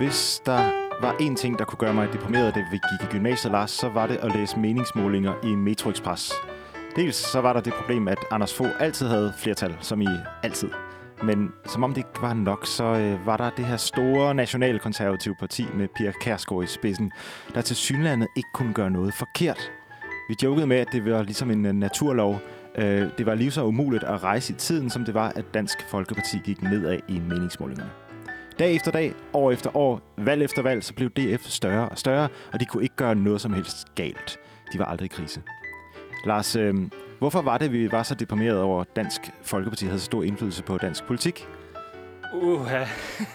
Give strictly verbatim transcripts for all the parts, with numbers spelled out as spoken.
Hvis der var én ting, der kunne gøre mig deprimeret, da vi gik i gymnasiet, Lars, så var det at læse meningsmålinger i Metro Express. Dels så var der det problem, at Anders Fogh altid havde flertal, som i altid. Men som om det ikke var nok, så øh, var der det her store nationalkonservative parti med Pia Kjærsgaard i spidsen, der til synlandet ikke kunne gøre noget forkert. Vi jokede med, at det var ligesom en uh, naturlov. Uh, det var lige så umuligt at rejse i tiden, som det var, at Dansk Folkeparti gik nedad i meningsmålingerne. Dag efter dag, år efter år, valg efter valg, så blev D F større og større, og de kunne ikke gøre noget som helst galt. De var aldrig i krise. Lars, øh, hvorfor var det, vi var så deprimeret over, at Dansk Folkeparti havde så stor indflydelse på dansk politik? Uha.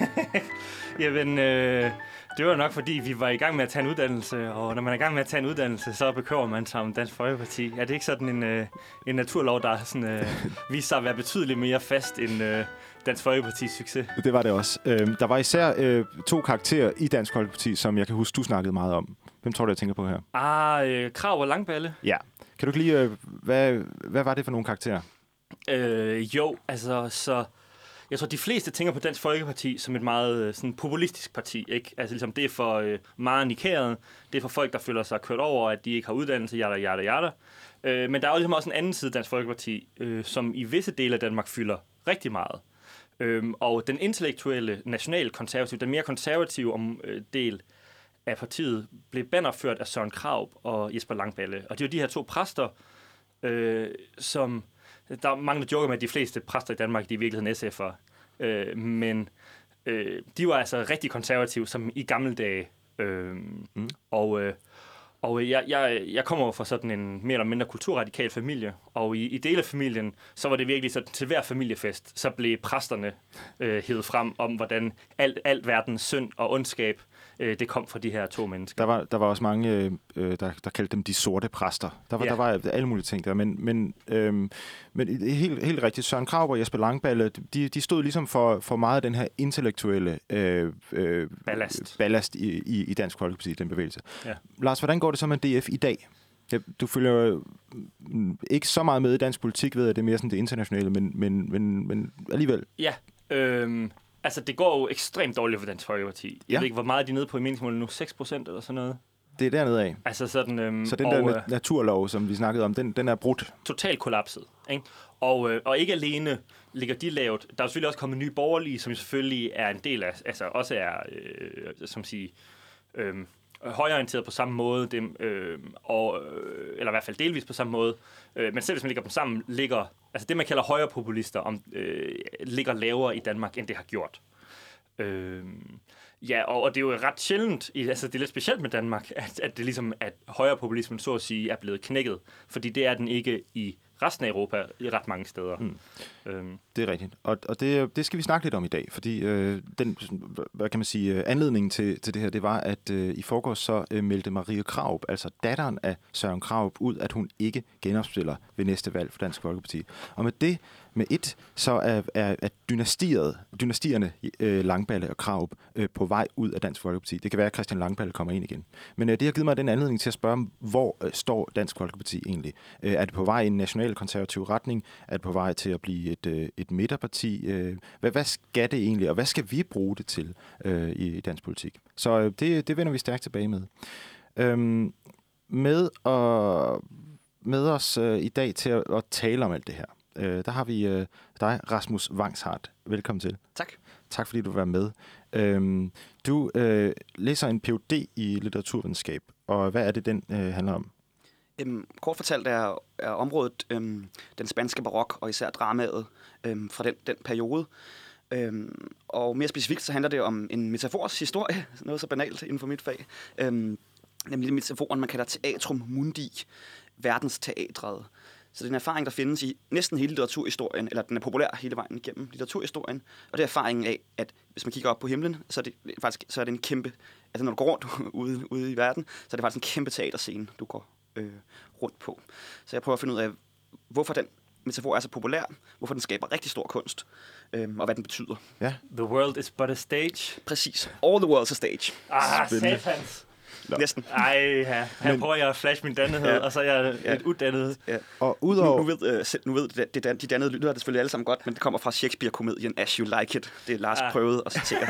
Jamen, øh, det var nok, fordi vi var i gang med at tage en uddannelse, og når man er i gang med at tage en uddannelse, så bekymrer man sig om Dansk Folkeparti. Er det ikke sådan en, øh, en naturlov, der sådan, øh, viser sig at være betydeligt mere fast end øh, Dansk Folkepartis succes? Det var det også. Øh, der var især øh, to karakterer i Dansk Folkeparti, som jeg kan huske, du snakkede meget om. Hvem tror du, jeg tænker på her? Ah, øh, Krag og Langballe. Ja. Kan du ikke lige, øh, hvad, hvad var det for nogle karakterer? Øh, jo, altså så... Jeg tror, de fleste tænker på Dansk Folkeparti som et meget sådan, populistisk parti, ikke? Altså ligesom, det er for øh, meget nikæret, det er for folk, der føler sig kørt over, at de ikke har uddannelse, jada, jada, jada. Øh, men der er jo ligesom også en anden side af Dansk Folkeparti, øh, som i visse dele af Danmark fylder rigtig meget. Øh, og den intellektuelle, nationalkonservative, den mere konservative om, øh, del af partiet, blev bannerført af Søren Krarup og Jesper Langballe. Og det er jo de her to præster, øh, som... Der er mange, der joker med, at de fleste præster i Danmark, de er i virkeligheden S F'ere. Øh, men øh, de var altså rigtig konservative, som i gamle dage. Øh, mm. Og, øh, og jeg, jeg, jeg kommer fra sådan en mere eller mindre kulturradikal familie, og i, i dele af familien, så var det virkelig sådan, til hver familiefest, så blev præsterne øh, hævet frem om, hvordan alt, alt verdens synd og ondskab, øh, det kom fra de her to mennesker. Der var, der var også mange, øh, der, der kaldte dem de sorte præster. Der var, ja. der var alle mulige ting der, men, men, øh, men helt, helt rigtigt, Søren Krarup og Jesper Langballe, de, de stod ligesom for, for meget af den her intellektuelle øh, øh, ballast, ballast i, i, i Dansk Folkeparti, den bevægelse. Ja. Lars, hvordan går det så med D F i dag? Du følger ikke så meget med i dansk politik, ved jeg, det er mere sådan det internationale, men, men, men, men alligevel. Ja, øh, altså det går jo ekstremt dårligt for Dansk Folkeparti. Jeg ja. ved ikke, hvor meget er de nede på i meningsmålene nu? seks procent eller sådan noget? Det er dernede af. Altså sådan, øhm, så den og, der na- naturlov, som vi snakkede om, den, den er brudt? Totalt kollapset. Ikke? Og, øh, og ikke alene ligger de lavt. Der er selvfølgelig også kommet nye borgerlige, som selvfølgelig er en del af, altså også er, øh, som siger, øh, højreorienteret på samme måde, dem, øh, og, øh, eller i hvert fald delvis på samme måde. Øh, men selv hvis man lægger dem sammen, ligger, altså det man kalder højrepopulister, om, øh, ligger lavere i Danmark, end det har gjort. Øh, ja, og, og det er jo ret sjældent, altså det er lidt specielt med Danmark, at, at det ligesom, at højrepopulismen så at sige er blevet knækket, fordi det er den ikke i resten af Europa i ret mange steder. Mm. Øhm. Det er rigtigt, og, og det, det skal vi snakke lidt om i dag, fordi øh, den, hvad kan man sige, anledningen til, til det her, det var, at øh, i forgårs så øh, meldte Marie Krarup, altså datteren af Søren Krarup, ud, at hun ikke genopstiller ved næste valg for Dansk Folkeparti. Og med det, med et, så er, er, er dynastiet, dynastierne øh, Langballe og Krarup øh, på vej ud af Dansk Folkeparti. Det kan være, at Christian Langballe kommer ind igen. Men øh, det har givet mig den anledning til at spørge, hvor øh, står Dansk Folkeparti egentlig? Øh, er det på vej i en nationalkonservativ retning? Er det på vej til at blive et, øh, et midterparti? Øh, hvad, hvad skal det egentlig, og hvad skal vi bruge det til øh, i, i dansk politik? Så øh, det, det vender vi stærkt tilbage med. Øhm, med, og, med os øh, i dag til at, at tale om alt det her, øh, der har vi øh, dig, Rasmus Vangshardt. Velkommen til. Tak. Tak fordi du var med. Øhm, du øh, læser en P H D i litteraturvidenskab, og hvad er det, den øh, handler om? Øhm, kort fortalt er, er området øhm, den spanske barok, og især dramaet øhm, fra den, den periode. Øhm, og mere specifikt så handler det om en metafors historie, noget så banalt inden for mit fag. Øhm, nemlig metaforen, man kalder teatrum mundi, verdensteatret. Så det er en erfaring, der findes i næsten hele litteraturhistorien, eller den er populær hele vejen igennem litteraturhistorien. Og det er erfaringen af, at hvis man kigger op på himlen, så er det faktisk så er det en kæmpe, altså når du går rundt ude, ude i verden, så er det faktisk en kæmpe teaterscene, du går øh, rundt på. Så jeg prøver at finde ud af, hvorfor den metafor er så populær, hvorfor den skaber rigtig stor kunst, øh, og hvad den betyder. Ja. The world is but a stage. Præcis. All the world's a stage. Ah, satans. Næsten. Ej, ja. Her Men... prøver jeg at flash min dannethed, ja. og så er jeg ja. et uddannet. Ja. Og udover... Nu, nu ved, øh, selv, nu ved det, det, de dannede lytter det selvfølgelig alle sammen godt, men det kommer fra Shakespeare-komedien As You Like It. Det er Lars ja. prøvede at citere.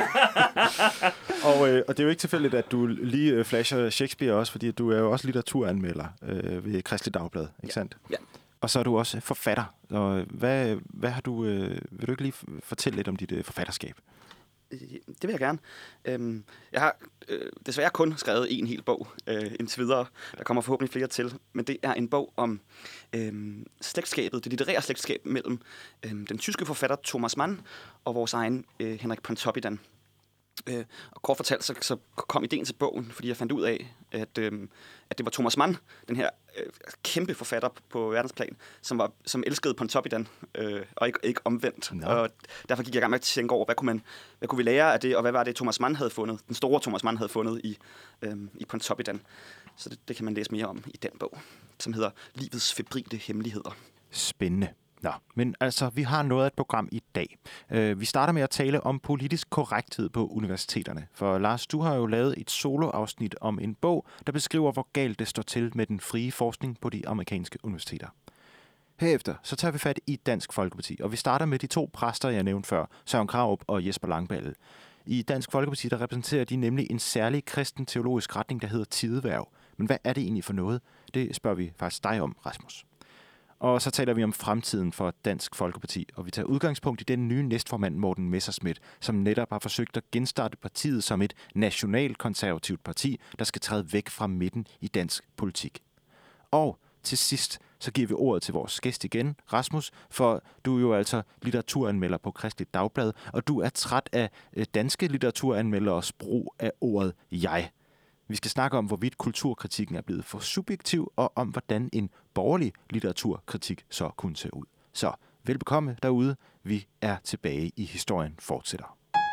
og, øh, og det er jo ikke tilfældigt, at du lige øh, flasher Shakespeare også, fordi du er jo også litteraturanmelder øh, ved Kristeligt Dagblad, ikke ja. sandt? Ja. Og så er du også forfatter. Og hvad, hvad har du, øh, vil du ikke lige fortælle lidt om dit øh, forfatterskab? Det vil jeg gerne. Øhm, jeg har øh, desværre kun skrevet en hel bog øh, indtil videre. Der kommer forhåbentlig flere til. Men det er en bog om øh, slægtskabet, det litterære slægtskab mellem øh, den tyske forfatter Thomas Mann og vores egen øh, Henrik Pontoppidan. Øh, og kort fortalt, så, så kom ideen til bogen, fordi jeg fandt ud af, at, øh, at det var Thomas Mann, den her øh, kæmpe forfatter på verdensplan, som, var, som elskede Pontoppidan, øh, og ikke, ikke omvendt. No. Og derfor gik jeg i gang med at tænke over, hvad kunne, man, hvad kunne vi lære af det, og hvad var det, Thomas Mann havde fundet, den store Thomas Mann havde fundet i, øh, i Pontoppidan. Så det, det kan man læse mere om i den bog, som hedder Livets febrile hemmeligheder. Spændende. Nå, men altså, vi har noget af et program i dag. Uh, vi starter med at tale om politisk korrekthed på universiteterne. For Lars, du har jo lavet et soloafsnit om en bog, der beskriver, hvor galt det står til med den frie forskning på de amerikanske universiteter. Herefter så tager vi fat i Dansk Folkeparti, og vi starter med de to præster, jeg nævnte før, Søren Krarup og Jesper Langballe. I Dansk Folkeparti, der repræsenterer de nemlig en særlig kristen teologisk retning, der hedder Tidehverv. Men hvad er det egentlig for noget? Det spørger vi faktisk dig om, Rasmus. Og så taler vi om fremtiden for Dansk Folkeparti, og vi tager udgangspunkt i den nye næstformand Morten Messerschmidt, som netop har forsøgt at genstarte partiet som et nationalkonservativt parti, der skal træde væk fra midten i dansk politik. Og til sidst, så giver vi ordet til vores gæst igen, Rasmus, for du er jo altså litteraturanmelder på Kristeligt Dagblad, og du er træt af danske litteraturanmelderes brug af ordet jeg. Vi skal snakke om, hvorvidt kulturkritikken er blevet for subjektiv, og om, hvordan en borgerlig litteraturkritik så kunne se ud. Så velbekomme derude. Vi er tilbage i Historien fortsætter.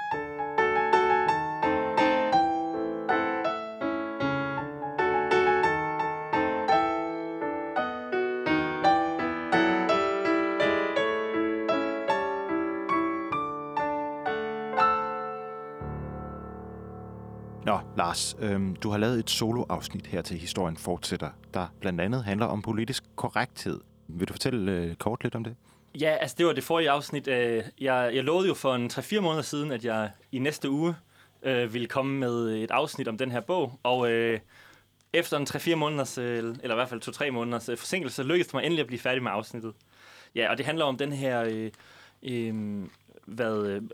Nå, Lars, øhm, du har lavet et soloafsnit her til Historien fortsætter, der blandt andet handler om politisk korrekthed. Vil du fortælle øh, kort lidt om det? Ja, altså det var det forrige afsnit. Øh, jeg, jeg lovede jo for en tre fire måneder siden, at jeg i næste uge øh, ville komme med et afsnit om den her bog. Og øh, efter en tre fire måneders, øh, eller i hvert fald to tre måneders øh, forsinkelse, lykkedes det mig endelig at blive færdig med afsnittet. Ja, og det handler om den her... Øh, øh, hvad, øh,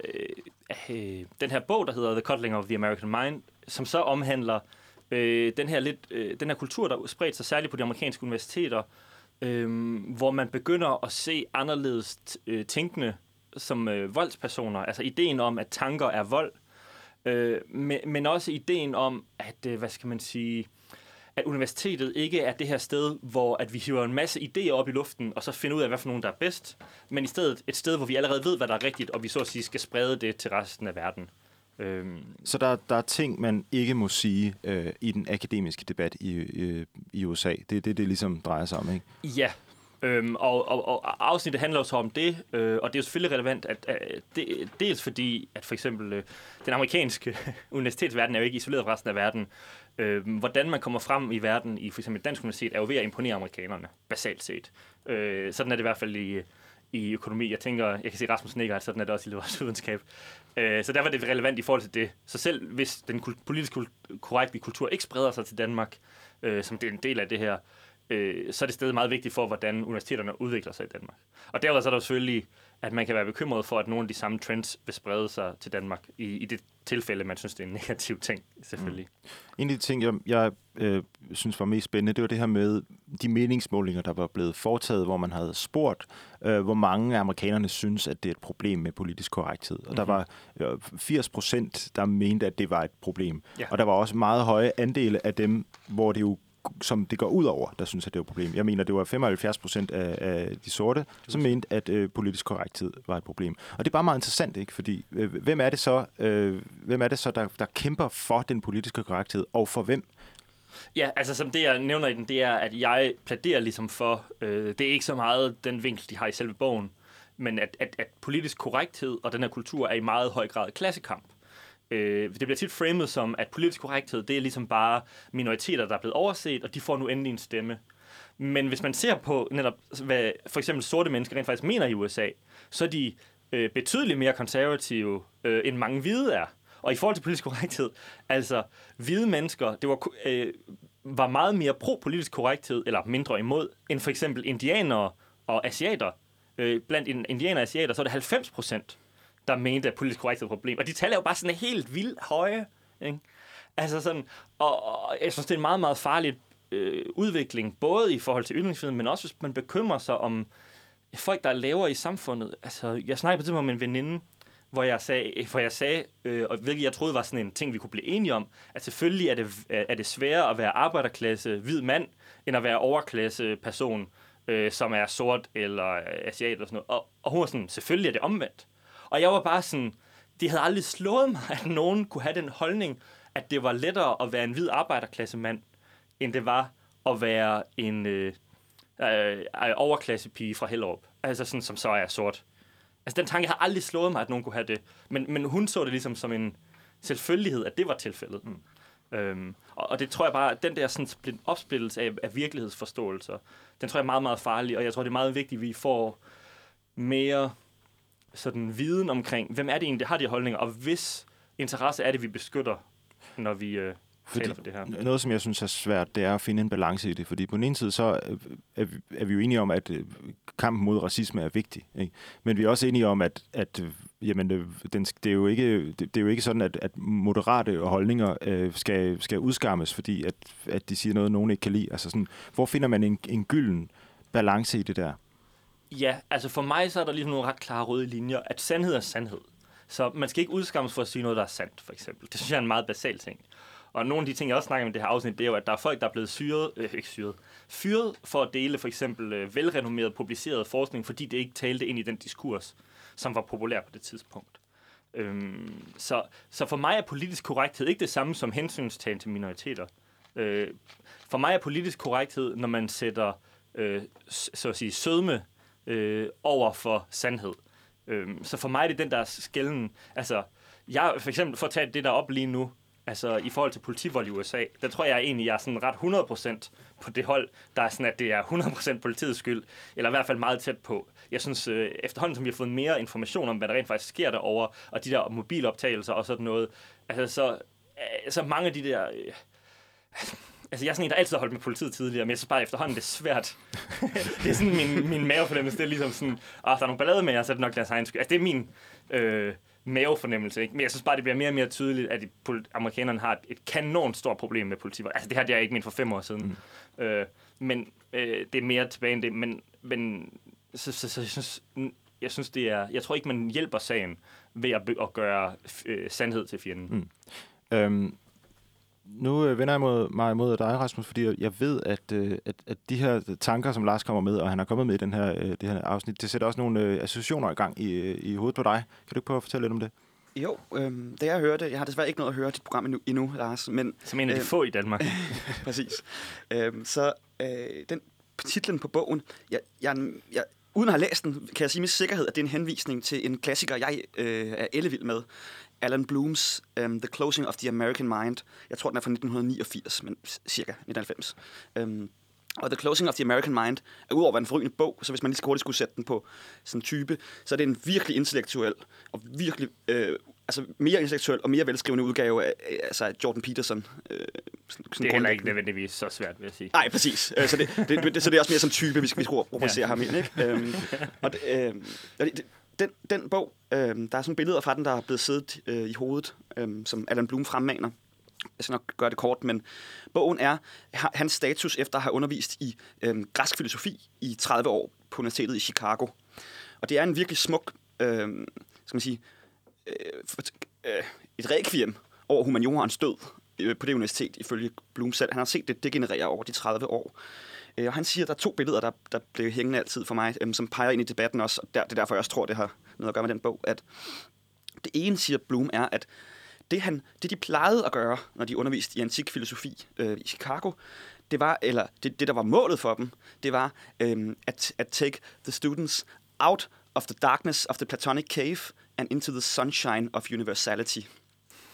øh, den her bog, der hedder The Coddling of the American Mind, som så omhandler øh, den her lidt øh, den her kultur, der spredt sig særligt på de amerikanske universiteter, øh, hvor man begynder at se anderledes øh, tænkende som øh, voldspersoner. Altså ideen om, at tanker er vold, øh, men, men også ideen om, at øh, hvad skal man sige, at universitetet ikke er det her sted, hvor at vi hiver en masse idéer op i luften, og så finder ud af, hvad for nogen, der er bedst, men i stedet et sted, hvor vi allerede ved, hvad der er rigtigt, og vi så at sige skal sprede det til resten af verden. Øhm. Så der, der er ting, man ikke må sige øh, i den akademiske debat i, øh, i U S A. Det er det, det ligesom drejer sig om, ikke? Ja, øhm, og, og, og afsnittet handler jo så om det, øh, og det er jo selvfølgelig relevant, at, at det, dels fordi, at for eksempel øh, den amerikanske universitetsverden er jo ikke isoleret fra resten af verden. Øh, hvordan man kommer frem i verden i for eksempel et dansk universitet, er jo ved at imponere amerikanerne, basalt set. Øh, sådan er det i hvert fald i, i økonomi. Jeg tænker, jeg kan se Rasmus nikker, at sådan er det også i litteraturvidenskab. Øh, så derfor er det relevant i forhold til det. Så selv hvis den kul- politiske korrekte kultur ikke spreder sig til Danmark, øh, som det er en del af det her, øh, så er det stadig meget vigtigt for, hvordan universiteterne udvikler sig i Danmark. Og derudover så er der selvfølgelig, at man kan være bekymret for, at nogle af de samme trends vil sprede sig til Danmark i, i det tilfælde, man synes, det er en negativ ting, selvfølgelig. Mm. En af de ting, jeg, jeg øh, synes var mest spændende, det var det her med de meningsmålinger, der var blevet foretaget, hvor man havde spurgt, øh, hvor mange af amerikanerne synes, at det er et problem med politisk korrekthed. Og mm-hmm. der var øh, firs procent, der mente, at det var et problem. Ja. Og der var også meget høje andele af dem, hvor det jo som det går ud over, der synes, at det er et problem. Jeg mener, det var femoghalvfjerds procent af, af de sorte, som mente, at øh, politisk korrekthed var et problem. Og det er bare meget interessant, ikke? Fordi øh, hvem er det så, øh, hvem er det så der, der kæmper for den politiske korrekthed, og for hvem? Ja, altså som det, jeg nævner i den, det er, at jeg plæderer ligesom for, øh, det er ikke så meget den vinkel, de har i selve bogen, men at, at, at politisk korrekthed og den her kultur er i meget høj grad klassekamp. Øh, det bliver tit framet som, at politisk korrekthed, det er ligesom bare minoriteter, der er blevet overset, og de får nu endelig en stemme. Men hvis man ser på netop, hvad for eksempel sorte mennesker rent faktisk mener i U S A, så er de øh, betydeligt mere konservative, øh, end mange hvide er. Og i forhold til politisk korrekthed, altså hvide mennesker, det var, øh, var meget mere pro-politisk korrekthed, eller mindre imod, end for eksempel indianere og asiater. Øh, blandt indianere og asiater, så er det halvfems procent, der mente, at politisk korrekthed er et problem. Og de tal er jo bare sådan helt vildt høje. Ikke? Altså sådan, og, og jeg synes, det er en meget, meget farlig øh, udvikling, både i forhold til ytringsfriheden, men også hvis man bekymrer sig om folk, der er lavere i samfundet. Altså, jeg snakkede på det med en veninde, hvor jeg sagde, hvor jeg sagde øh, og hvilket jeg troede var sådan en ting, vi kunne blive enige om, at selvfølgelig er det, er det sværere at være arbejderklasse hvid mand, end at være overklasse person, øh, som er sort eller asiat eller sådan noget. Og, og hun var sådan, selvfølgelig er det omvendt. Og jeg var bare sådan, det havde aldrig slået mig, at nogen kunne have den holdning, at det var lettere at være en hvid arbejderklassemand, end det var at være en øh, øh, overklassepige fra Hellerup. Altså sådan, som så er sort. Altså den tanke har aldrig slået mig, at nogen kunne have det. Men, men hun så det ligesom som en selvfølgelighed, at det var tilfældet. Mm. Øhm, og, og det tror jeg bare, at den der sådan split, opsplittelse af, af virkelighedsforståelser, den tror jeg er meget, meget farlig. Og jeg tror, det er meget vigtigt, at vi får mere sådan viden omkring, hvem er det egentlig, der har de holdninger, og hvis interesse er det, vi beskytter, når vi øh, taler for det her. Noget, som jeg synes er svært, det er at finde en balance i det, fordi på den ene side, så er vi, er vi jo enige om, at kampen mod racisme er vigtig, ikke? Men vi er også enige om, at, at jamen, den, det, er jo ikke, det, det er jo ikke sådan, at, at moderate holdninger øh, skal, skal udskammes, fordi at, at de siger noget, nogen ikke kan lide. Altså sådan, hvor finder man en, en gylden balance i det der? Ja, altså for mig så er der ligesom nogle ret klare røde linjer, at sandhed er sandhed. Så man skal ikke udskammes for at sige noget, der er sandt, for eksempel. Det synes jeg er en meget basal ting. Og nogle af de ting, jeg også snakker om i det her afsnit, det er jo, at der er folk, der er blevet syret, øh, ikke syret, fyret for at dele for eksempel øh, velrenommeret, publiceret forskning, fordi det ikke talte ind i den diskurs, som var populær på det tidspunkt. Øhm, så, så for mig er politisk korrekthed ikke det samme som hensynstagen til minoriteter. Øh, for mig er politisk korrekthed, når man sætter øh, så at sige, sødme øh, over for sandhed. Øh, så for mig er det den, der er skelnen. Altså, jeg for eksempel, for at tage det der op lige nu, altså i forhold til politivold i U S A, der tror jeg egentlig, jeg er sådan ret hundrede procent på det hold, der er sådan, at det er hundrede procent politiets skyld, eller i hvert fald meget tæt på. Jeg synes, øh, efterhånden som vi har fået mere information om, hvad der rent faktisk sker derovre, og de der mobiloptagelser og sådan noget, altså så, øh, så mange af de der... Øh, altså jeg er sådan en, der altid har holdt med politiet tidligere, men jeg synes bare efterhånden, det er svært. Det er sådan min, min mavefornemmelse, det er ligesom sådan, ah, der er nogle ballade med jer, så er det nok deres egen skyld. Altså det er min... Øh, mavefornemmelse, ikke? Men jeg synes bare, det bliver mere og mere tydeligt, at de, amerikanerne har et, et kanon stort problem med politivold. Altså, det her det er ikke ment for fem år siden. Mm. Øh, men øh, det er mere tilbage end det. Men, men så, så, så jeg, synes, jeg synes, det er... Jeg tror ikke, man hjælper sagen ved at, at gøre øh, sandhed til fjenden. Mm. Øhm, nu vender jeg mod, mig mod dig, Rasmus, fordi jeg ved, at, at, at de her tanker, som Lars kommer med, og han har kommet med i den her, det her afsnit, det sætter også nogle øh, associationer i gang i, i hovedet på dig. Kan du ikke prøve at fortælle lidt om det? Jo, øhm, da jeg hørte, jeg har desværre ikke noget at høre dit program endnu, endnu Lars, men... Som en af de øh, få i Danmark. Præcis. Øhm, så øh, den titlen på bogen, jeg, jeg, jeg, uden at have læst den, kan jeg sige med sikkerhed, at det er en henvisning til en klassiker, jeg øh, er ellevild med. Alan Blooms um, The Closing of the American Mind. Jeg tror, den er fra nitten niogfirs, men cirka nitten halvfems. Um, og The Closing of the American Mind er udover at være en forrygende bog, så hvis man lige så hurtigt skulle sætte den på sådan en type, så er det en virkelig intellektuel og virkelig øh, altså mere intellektuel og mere velskrivende udgave af altså Jordan Peterson. Øh, sådan, sådan det er heller ikke nødvendigvis så svært, vil jeg sige. Nej, præcis. Øh, så, det, det, det, så det er også mere som type, vi skal, vi skal rubricere ja. ham ind. Ikke? Um, og det, øh, det, Den, den bog, øh, der er sådan billeder fra den, der er blevet siddet øh, i hovedet, øh, som Alan Bloom fremmaner. Jeg skal nok gøre det kort, men bogen er hans status efter at have undervist i øh, græsk filosofi i tredive år på universitetet i Chicago. Og det er en virkelig smuk, øh, skal man sige, øh, øh, et requiem over humaniorens død øh, på det universitet, ifølge Bloom selv. Han har set det degenerere over de tredive år. Og han siger, at der er to billeder, der, der bliver hængende altid for mig, øhm, som peger ind i debatten også. Og der, det er derfor, jeg også tror, det har noget at gøre med den bog. At det ene, siger Bloom, er, at det, han, det de plejede at gøre, når de underviste i antik filosofi øh, i Chicago, det var, eller det, det, der var målet for dem, det var øhm, at, at take the students out of the darkness of the Platonic cave and into the sunshine of universality.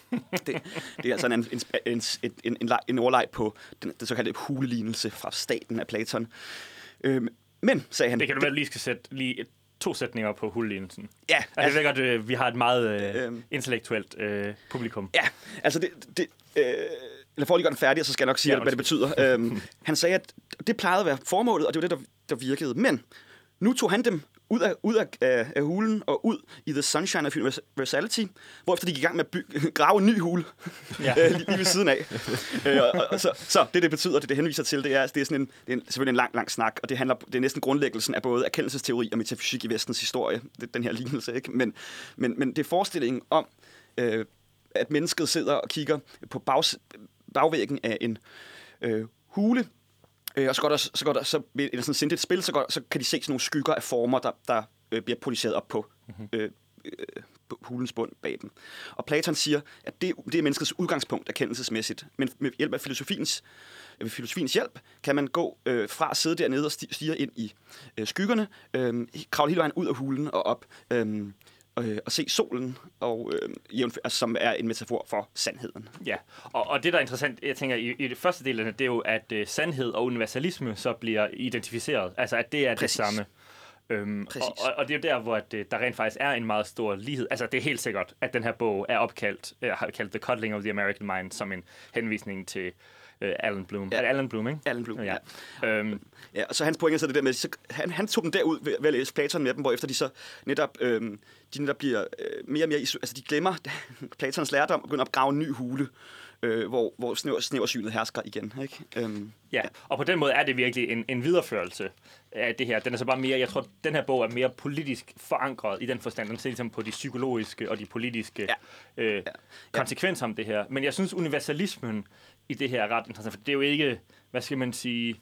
det, det er altså en, en, en, en, en, en overleg på den, den såkaldte hulelignelse fra staten af Platon. Øhm, men, sagde han... Det kan du vel lige skal sætte lige et, to sætninger på hulelignelsen. Ja. Altså, altså, jeg ved godt, øh, vi har et meget øh, øh, intellektuelt øh, publikum. Ja, altså det... det øh, eller for at lige gøre den færdig, så skal jeg nok sige, ja, hvad det betyder. øhm, han sagde, at det plejede at være formålet, og det var det, der, der virkede. Men nu tog han dem ud af, ud af, af, af hulen og ud i The Sunshine of Universality, hvorefter de gik i gang med at bygge, grave en ny hule ja. lige, lige ved siden af. øh, og, og, så, så det, det betyder, det det henviser til, det er, det er, sådan en, det er en, selvfølgelig en lang, lang snak, og det, handler, det er næsten grundlæggelsen af både erkendelsesteori og metafysik i Vestens historie, det, den her lignelse. Ikke? Men, men, men det er forestillingen om, øh, at mennesket sidder og kigger på bags, bagvæggen af en øh, hule, Øh, og så går der, så går der så ved et sådan sindigt spil, så, går, så kan de se sådan nogle skygger af former, der, der øh, bliver projiceret op på, mm-hmm. øh, øh, på hulens bund bag dem. Og Platon siger, at det, det er menneskets udgangspunkt erkendelsesmæssigt. Men med hjælp af filosofiens, øh, filosofiens hjælp kan man gå øh, fra at sidde dernede og stige ind i øh, skyggerne, øh, kravle hele vejen ud af hulen og op, øh, Øh, at se solen, og, øh, jævn, altså, som er en metafor for sandheden. Ja, og, og det, der er interessant, jeg tænker, i, i det første del af det, det er jo, at øh, sandhed og universalisme så bliver identificeret. Altså, at det er Præcis. det samme. Øhm, og, og, og det er jo der, hvor det, der rent faktisk er en meget stor lighed. Altså, det er helt sikkert, at den her bog er opkaldt, øh, har kaldt The Coddling of the American Mind, som en henvisning til øh, Alan Bloom. Ja. Er det Alan Bloom, ikke? Alan Bloom, ja. ja. Øhm, ja, og så hans pointe er så det der med, så han, han tog dem derud ved, ved at læse Platon med dem, hvor efter de så netop, øhm, de netop bliver øh, mere og mere, altså de glemmer Platons lærdom og begynder at grave en ny hule, øh, hvor, hvor snæver, snæversynet hersker igen. Ikke? Øhm, ja. ja, og på den måde er det virkelig en, en videreførelse af det her. Den er så bare mere, jeg tror, den her bog er mere politisk forankret i den forstand, den ser ligesom på de psykologiske og de politiske ja. Øh, ja. konsekvenser om det her. Men jeg synes, universalismen i det her er ret interessant, for det er jo ikke, hvad skal man sige,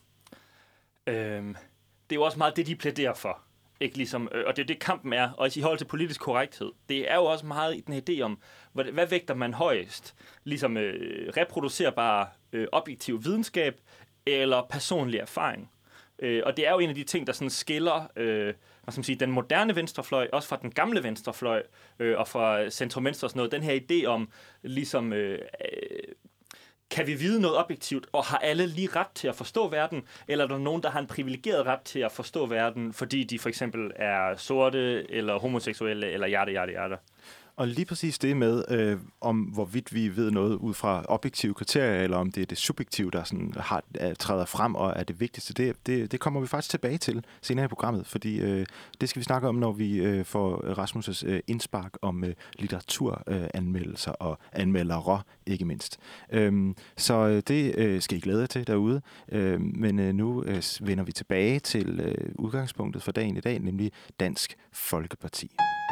øhm, det er jo også meget det, de plæderer for. Ikke ligesom, øh, og det er det, kampen er, og i forhold til politisk korrekthed. Det er jo også meget i den idé om, hvad, hvad vægter man højest? Ligesom øh, reproducerbar øh, objektiv videnskab eller personlig erfaring. Øh, og det er jo en af de ting, der sådan skiller øh, hvad skal man sige, den moderne venstrefløj, også fra den gamle venstrefløj, øh, og fra centrum-venstre og sådan noget. Den her idé om, ligesom... Øh, øh, kan vi vide noget objektivt, og har alle lige ret til at forstå verden, eller er der nogen, der har en privilegeret ret til at forstå verden, fordi de for eksempel er sorte, eller homoseksuelle, eller hjerte, hjerte, hjerte? Og lige præcis det med, øh, om hvorvidt vi ved noget ud fra objektive kriterier, eller om det er det subjektive, der sådan har, er, træder frem og er det vigtigste, det, det, det kommer vi faktisk tilbage til senere i programmet, fordi øh, det skal vi snakke om, når vi øh, får Rasmus' øh, indspark om øh, litteraturanmeldelser øh, og anmeldere, ikke mindst. Øhm, så øh, det øh, skal I glæde jer til derude, øh, men øh, nu øh, vender vi tilbage til øh, udgangspunktet for dagen i dag, nemlig Dansk Folkeparti.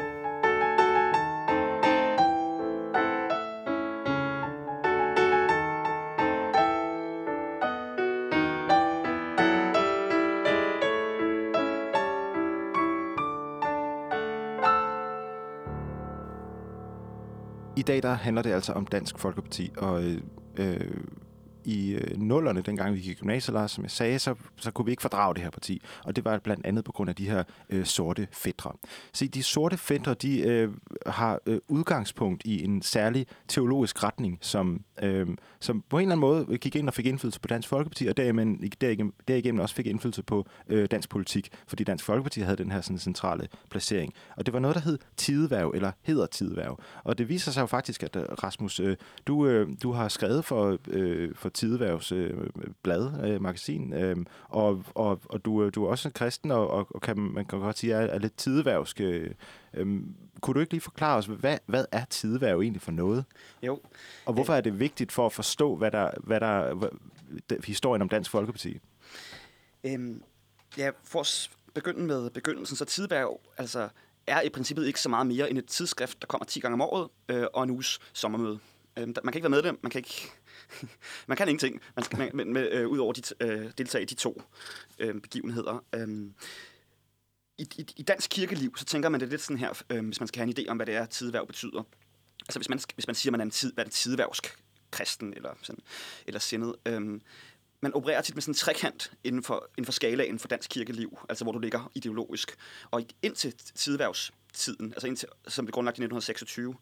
I dag der handler det altså om Dansk Folkeparti, og øh, øh, i øh, nullerne, dengang vi gik i gymnasiet, Lars, som jeg sagde, så, så kunne vi ikke fordrage det her parti. Og det var blandt andet på grund af de her øh, sorte fætre. Se, de sorte fætre, de øh, har øh, udgangspunkt i en særlig teologisk retning, som, øh, som på en eller anden måde gik ind og fik indflydelse på Dansk Folkeparti, og derigennem, derigennem, derigennem også fik indflydelse på øh, dansk politik, fordi Dansk Folkeparti havde den her sådan, centrale placering. Og det var noget, der hed tideværv, eller hedder tideværv. Og det viser sig jo faktisk, at Rasmus, øh, du, øh, du har skrevet for, øh, for Tideværvs øh, blad, øh, magasin, øh, og, og, og du, du er også kristen, og, og kan, man kan godt sige, er, er lidt tideværvsk. Øh, øh, kunne du ikke lige forklare os, hvad, hvad er tideværv egentlig for noget? Jo. Og hvorfor er det vigtigt for at forstå, hvad der, hvad der hvad, historien om Dansk Folkeparti? Øhm, ja, for at begynde med begyndelsen, så Tideværv altså, er i princippet ikke så meget mere end et tidsskrift, der kommer ti gange om året, øh, og en uges sommermøde. Øh, man kan ikke være medlem, man kan ikke... man kan ingenting, man skal, man, med, med, øh, ud over de øh, deltage i de to øh, begivenheder. Øhm, i, i, I dansk kirkeliv, så tænker man det lidt sådan her, øh, hvis man skal have en idé om, hvad det er, tideværv betyder. Altså hvis man, hvis man siger, at man er en tid, hvad er det, tideværvsk kristen, eller, sådan, eller sindet. Øh, man opererer tit med sådan en trekant inden for, inden for skalaen for dansk kirkeliv, altså hvor du ligger ideologisk. Og indtil tideværvstiden, altså indtil, som blev grundlagt i nitten seksogtyve,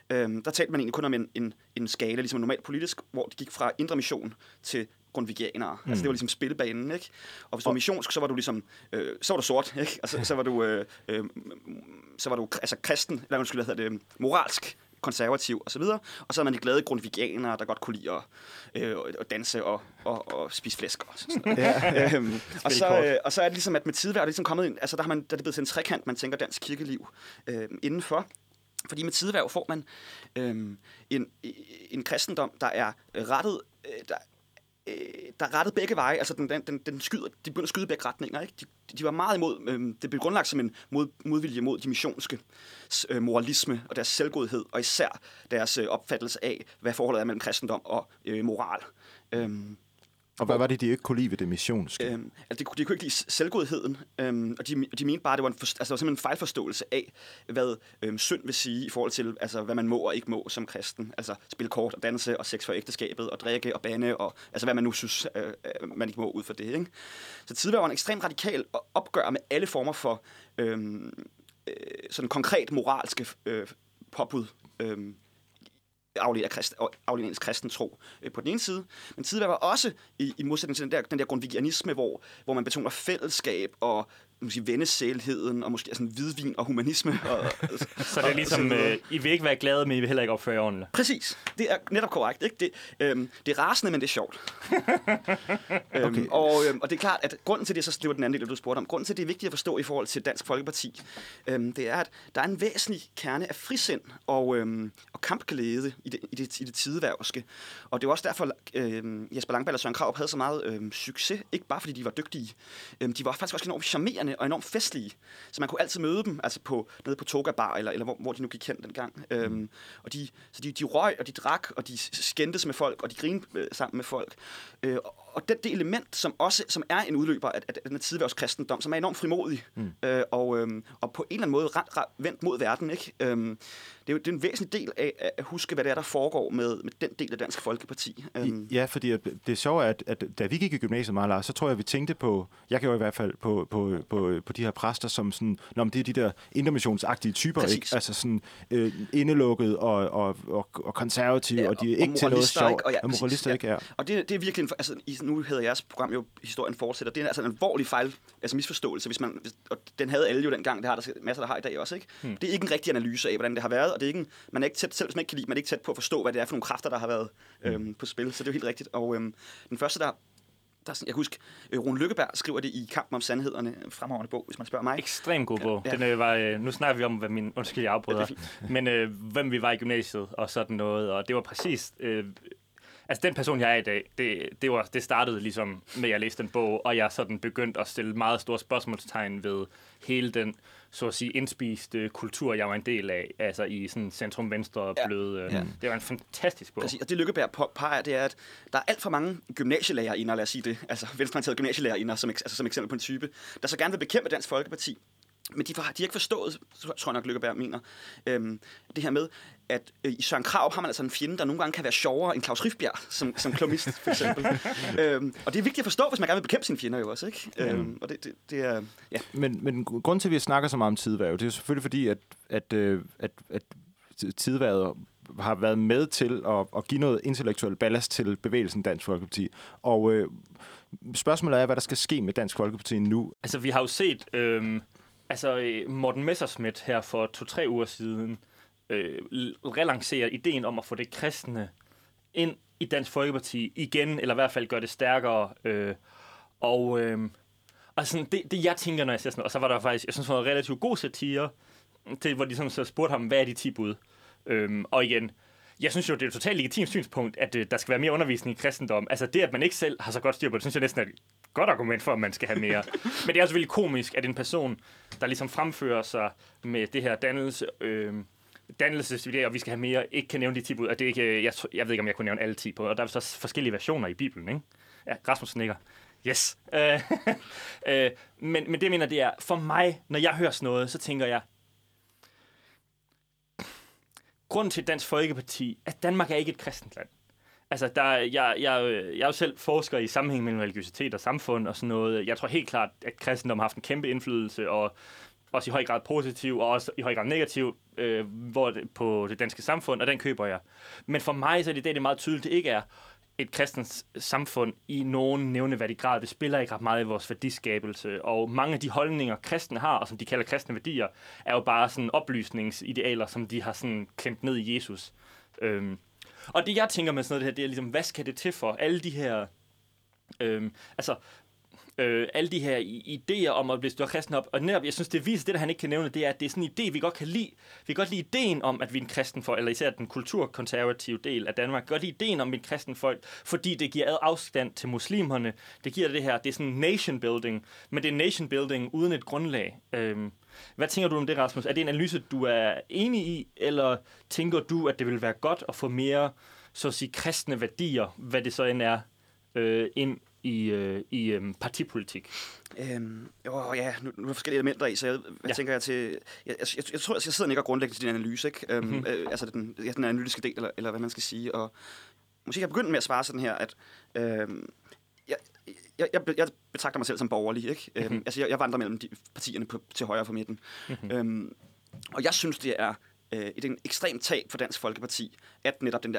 øhm, der talte man egentlig kun om en, en, en skala, ligesom en normal politisk, hvor det gik fra indre mission til grundvigianere. Mm. Altså det var ligesom spillebanen, ikke? Og hvis du var missionsk, så var du ligesom, øh, så var du sort, ikke? Altså så var du, øh, øh, så var du altså kristen, eller undskyld, hvad hedder det, moralsk konservativ og så videre. Og så er man de glade grundvigianere, der godt kunne lide at, øh, at danse og, og, og spise flæsk og sådan noget. Ja. øhm, og, så, øh, og så er det ligesom, at med tidværd er det ligesom kommet ind, altså der har man, der er det blevet til en trekant, man tænker dansk kirkeliv øh, indenfor. Fordi med tidværv får man øh, en, en kristendom, der er rettet, øh, der, øh, der er rettet begge veje. Altså den, den, den skyder, de begynder at skyde begge retninger. Ikke? De, de var meget imod, øh, det blev grundlagt som en mod, modvilje mod de missionske øh, moralisme og deres selvgodhed, og især deres øh, opfattelse af, hvad forholdet er mellem kristendom og øh, moral. Øh, Og hvad var det, de ikke kunne lide ved det missionske? Øhm, altså de, de kunne ikke lide selvgodheden, øhm, og de, de mente bare, at det var, en for, altså, det var simpelthen en fejlforståelse af, hvad øhm, synd vil sige i forhold til, altså, hvad man må og ikke må som kristen. Altså spille kort og danse og sex for ægteskabet og drikke og bande, og altså hvad man nu synes, øh, man ikke må ud for det. Ikke? Så tidligere var en ekstremt radikal opgør med alle former for øhm, øh, sådan konkret moralske øh, påbud, øh, afledt af krist, afledt kristen tro øh, på den ene side. Men tidligere var også i, i modsætning til den der, den der grundvigianisme, hvor, hvor man betoner fællesskab og måske vennesælheden og måske sådan hvidvin og humanisme. Og, så det er ligesom, øh, I vil ikke være glade, men I vil heller ikke opføre jer ordentligt. Præcis. Det er netop korrekt. Ikke? Det, øhm, det er rasende, men det er sjovt. øhm, okay. og, øhm, og det er klart, at grunden til det, så det var den anden del, du spurgte om, grunden til, at det er vigtigt at forstå i forhold til Dansk Folkeparti, øhm, det er, at der er en væsentlig kerne af frisind og, øhm, og kampglæde i det, i det, i det tideværvske. Og det er også derfor, øhm, Jesper Langballe og Søren Krarup havde så meget øhm, succes, ikke bare fordi de var dygtige. Øhm, de var faktisk også enormt charmerende og enormt festlige. Så man kunne altid møde dem, altså på, nede på Toga Bar, eller, eller hvor, hvor de nu gik hen dengang. Mm. Øhm, og de, så de, de røg, og de drak, og de skændtes med folk, og de grinede øh, sammen med folk. Øh, og det, det element, som også som er en udløber af, af den tideværvskristendom, som er enormt frimodig, mm. øh, og, øh, og på en eller anden måde ret, ret, vendt mod verden, ikke? Øh, det, er jo, det er en væsentlig del af at huske, hvad det er, der foregår med, med den del af Dansk Folkeparti. Um. Ja, fordi det er sjovt, at, at da vi gik i gymnasiet, meget, Lars, så tror jeg, vi tænkte på, jeg gjorde i hvert fald, på, på, på, på de her præster, som sådan, når det er de der intermissionsagtige typer, ikke? Altså sådan øh, indelukket og, og, og, og konservative, ja, og de er ikke til noget sjovt, og, ja, og moralister ja. ikke er. Og det, det er virkelig, en, altså nu hedder jeres program jo Historien fortsætter, det er altså en alvorlig fejl, altså misforståelse, hvis man, hvis, og den havde alle jo dengang, det har der masser, der har i dag også, ikke? Hmm. Det er ikke en rigtig analyse af, hvordan det har været, og det er ikke en, man er ikke tæt, selv hvis man ikke kan lide, man er ikke tæt på at forstå, hvad det er for nogle kræfter, der har været øhm, på spil, så det er jo helt rigtigt. Og øhm, den første, der Der, jeg kan huske, Rune Lykkeberg skriver det i Kampen om Sandhederne, fremragende bog, hvis man spørger mig. Ekstremt god bog. Ja, ja. Den, øh, var, øh, nu snakker vi om, hvad min, undskyld, jeg afbryder, ja, men øh, hvem vi var i gymnasiet og sådan noget, og det var præcis, øh, altså den person, jeg er i dag, det, det, var, det startede ligesom med, at jeg læste den bog, og jeg sådan begyndte at stille meget store spørgsmålstegn ved hele den, så at sige, indspiste kultur, jeg var en del af, altså i sådan centrum-venstre bløde. Ja, ja. Det var en fantastisk bog. Præcis, og det Lykkeberg påpeger, det er, at der er alt for mange gymnasielærere inder, lad os sige det, altså venstreorienterede gymnasielærere inder, som, altså, som eksempel på en type, der så gerne vil bekæmpe Dansk Folkeparti. Men de, for, de har ikke forstået, tror jeg nok, Lykkeberg mener, øhm, det her med, at øh, i Søren Krarup har man altså en fjende, der nogle gange kan være sjovere end Claus Rifbjerg, som, som klumist, for eksempel. øhm, og det er vigtigt at forstå, hvis man gerne vil bekæmpe sine fjender jo også, ikke? Mm. Øhm, og det, det, det er, ja. Men, men grunden til, at vi snakker så meget om tidværv, det er selvfølgelig fordi, at, at, at, at tidværvet har været med til at, at give noget intellektuel ballast til bevægelsen Dansk Folkeparti. Og øh, spørgsmålet er, hvad der skal ske med Dansk Folkeparti nu. Altså, vi har jo set... Øh... Altså, Morten Messerschmidt her for to-tre uger siden øh, relancerer ideen om at få det kristne ind i Dansk Folkeparti igen, eller i hvert fald gøre det stærkere. Øh, og øh, altså, det, det, jeg tænker, når jeg ser sådan noget, og så var der faktisk, jeg synes, det var en relativt god satire, til, hvor de sådan, så spurgte ham, hvad er de ti bud? Øh, og igen, jeg synes jo, det er et totalt legitimt synspunkt, at øh, der skal være mere undervisning i kristendom. Altså det, at man ikke selv har så godt styr på det, synes jeg næsten er et godt argument for, at man skal have mere. Men det er selvfølgelig komisk, at en person, der ligesom fremfører sig med det her dannelse, øh, dannelsesidé, og vi skal have mere, ikke kan nævne de ti bud. Og det er ikke, jeg, jeg ved ikke, om jeg kunne nævne alle ti på. Og der er så forskellige versioner i Bibelen, ikke? Ja, Rasmus nikker. Yes. øh, øh, men, men det, jeg mener, det er, for mig, når jeg hører sådan noget, så tænker jeg, grunden til Dansk Folkeparti, at Danmark er ikke et kristent land. Altså, der, jeg, jeg, jeg er jo selv forsker i sammenhæng mellem religiøsitet og samfund og sådan noget. Jeg tror helt klart, at kristendom har haft en kæmpe indflydelse, og også i høj grad positiv, og også i høj grad negativ øh, hvor det, på det danske samfund, og den køber jeg. Men for mig så er det i dag det er meget tydeligt, det ikke er et kristens samfund i nogen nævneværdig grad. Det spiller ikke ret meget i vores værdiskabelse, og mange af de holdninger, kristne har, og som de kalder kristne værdier, er jo bare sådan oplysningsidealer, som de har sådan klemt ned i Jesus. Øhm. Og det, jeg tænker med sådan noget det her, det er ligesom, hvad skal det til for? Alle de her, øhm, altså, øh, alle de her idéer om at blive større kristen op, og netop, jeg synes, det viser, det der han ikke kan nævne, det er, at det er sådan en idé, vi godt kan lide. Vi kan godt lide ideen om, at vi er en kristen folk, eller især den kulturkonservative del af Danmark, godt lide ideen om, at vi er en kristen folk, fordi det giver afstand til muslimerne. Det giver det her, det er sådan nation building, men det er nation building uden et grundlag. Øhm, hvad tænker du om det, Rasmus? Er det en analyse, du er enig i, eller tænker du, at det vil være godt at få mere, så at sige, kristne værdier, hvad det så end er, øh, ind i, øh, i øh, partipolitik? Øhm, jo, ja, nu, nu er der forskellige elementer i, så jeg, hvad ja. tænker jeg til... Jeg, jeg, jeg, jeg tror, jeg sidder ikke og grundlæggende til din analyse, ikke? Øhm, mm-hmm. øh, altså den, ja, den analytiske del, eller, eller hvad man skal sige. Og måske jeg begyndt med at svare sådan her, at... Øhm, jeg, jeg, jeg, jeg betragter mig selv som borgerlig, ikke? Mm-hmm. Øhm, altså, jeg, jeg vandrer mellem de partierne på, til højre for midten. Mm-hmm. Øhm, og jeg synes, det er øh, et ekstremt tab for Dansk Folkeparti, at netop den der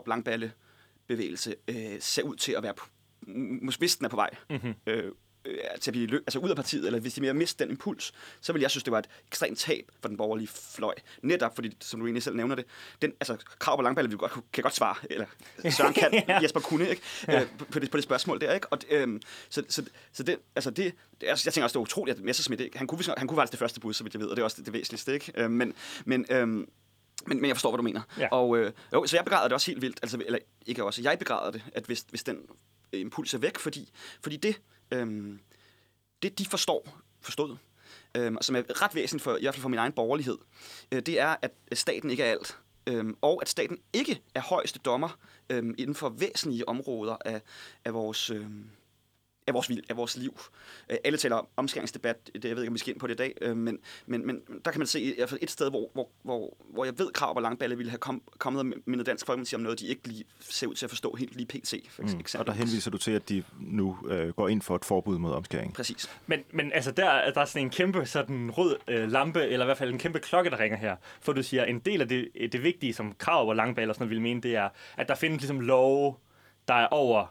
Krarup-Langballe-bevægelse øh, ser ud til at være... hvis den er på vej mm-hmm. øh, til at blive løb, altså ud af partiet, eller hvis de mere mister den impuls, så vil jeg synes, det var et ekstremt tab for den borgerlige fløj. Netop fordi, som du egentlig selv nævner det, den, altså Krarup og Langballe vil godt, kan godt svare, eller Søren kan, ja. Jesper kunne, ikke? Ja. Øh, på, det, på det spørgsmål der, ikke? Og, øhm, så, så, så det, altså det, altså jeg tænker også, det er utroligt, at Messerschmidt, ikke? Han kunne, han kunne faktisk det første bud, så vidt jeg ved, og det er også det, det væsentligste, ikke? Øh, men, men, øhm, men, men jeg forstår, hvad du mener. Ja. Og, øh, jo, så jeg begræder det også helt vildt, altså, eller ikke også, jeg begræder det, at hvis, hvis den impuls er væk, fordi, fordi det, øhm, det, de forstår, forstod, øhm, som er ret væsentligt, for, i hvert fald for min egen borgerlighed, øh, det er, at staten ikke er alt, øhm, og at staten ikke er højeste dommer øhm, inden for væsentlige områder af, af vores... Øhm, Af vores, af vores liv. Alle taler om omskæringsdebat, det, jeg ved ikke, om vi skal ind på det i dag, men, men, men der kan man se i hvert fald et sted, hvor, hvor, hvor, hvor jeg ved, Krarup og Langballe ville have kom, kommet og mindet Dansk Folkeparti om noget, de ikke lige ser ud til at forstå helt lige pt. For mm. Og der henviser du til, at de nu øh, går ind for et forbud mod omskæring. Præcis. Men, men altså, der, der er sådan en kæmpe sådan rød øh, lampe, eller i hvert fald en kæmpe klokke, der ringer her. For du siger, en del af det, det vigtige, som Krarup og Langballe og sådan noget vil mene, det er, at der findes ligesom love, der er over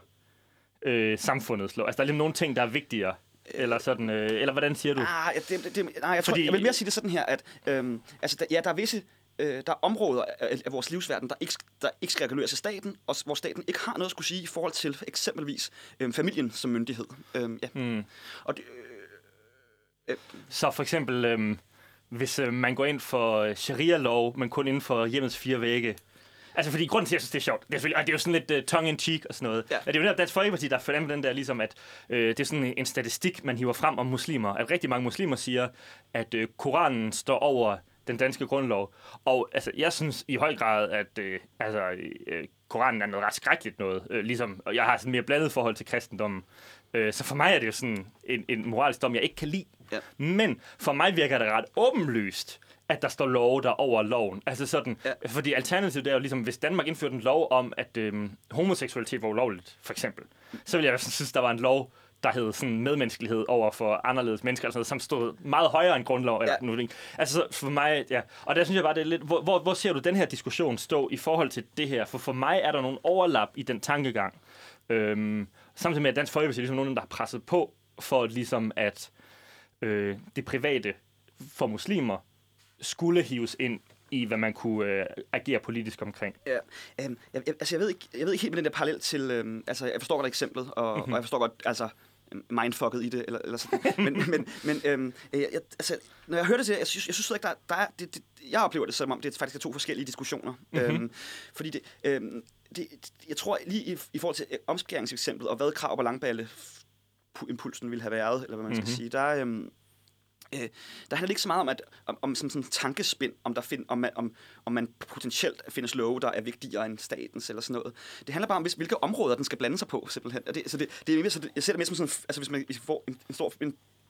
Øh, samfundets lov. Altså, der er lige nogle ting, der er vigtigere. Eller sådan, øh, eller hvordan siger du? Ah, det, det, nej, jeg, tror, Fordi, jeg vil mere sige det sådan her, at øhm, altså, der, ja, der er visse øh, der er områder af, af vores livsverden, der ikke, der ikke skal reguleres af staten, og hvor staten ikke har noget at skulle sige i forhold til eksempelvis øh, familien som myndighed. Øhm, ja. hmm. Og det, øh, øh, Så for eksempel, øh, hvis øh, man går ind for sharia-lov, men kun inden for hjemmets fire vægge. Altså, fordi grunden til, at jeg synes, det er sjovt, det er, det er jo sådan lidt uh, tongue-in-cheek og sådan noget. Ja. Det er jo netop Dansk Folkeparti, der følger med den der, ligesom at øh, det er sådan en statistik, man hiver frem om muslimer. At rigtig mange muslimer siger, at øh, Koranen står over den danske grundlov. Og altså, jeg synes i høj grad, at øh, altså, øh, Koranen er noget ret skrækkeligt noget. Øh, ligesom, og jeg har sådan mere blandet forhold til kristendommen. Øh, så for mig er det jo sådan en, en moralisk dom, jeg ikke kan lide. Ja. Men for mig virker det ret åbenlyst, at der står love, der over loven. Altså sådan, ja. Fordi alternativet er jo ligesom, hvis Danmark indførte en lov om, at øhm, homoseksualitet var ulovligt, for eksempel, så ville jeg synes, der var en lov, der hed sådan medmenneskelighed over for anderledes mennesker, altså, som stod meget højere end grundlov. Ja. Eller, altså for mig, ja. Og der synes jeg bare, det er lidt, hvor, hvor, hvor ser du den her diskussion stå i forhold til det her? For for mig er der nogle overlap i den tankegang. Øhm, samtidig med, at Dansk Folkeparti er ligesom nogen, der har presset på for ligesom, at øh, det private for muslimer skulle hives ind i, hvad man kunne øh, agere politisk omkring. Ja, øhm, jeg, jeg, altså jeg ved ikke, jeg ved ikke helt med den der parallel til, øhm, altså jeg forstår godt eksemplet, og, mm-hmm. og jeg forstår godt, altså mindfucket i det, eller, eller sådan. men, men, men øhm, jeg, altså, når jeg hører det til, jeg synes, jeg synes ikke, der, der er, det, det, jeg oplever det som om, det er faktisk to forskellige diskussioner. Mm-hmm. Øhm, fordi det, øhm, det, jeg tror lige i, i forhold til omskæringseksemplet, og hvad Krarup og Langballe impulsen ville have været, eller hvad man skal mm-hmm. sige, der er, øhm, Øh, der handler det ikke så meget om, at, om, om sådan en tankespind, om, der find, om, man, om, om man potentielt findes love, der er vigtigere end statens eller sådan noget. Det handler bare om, hvilke områder den skal blande sig på, simpelthen. Det, så det, det er, så det, jeg ser det mere som sådan, altså hvis man får en, en stor en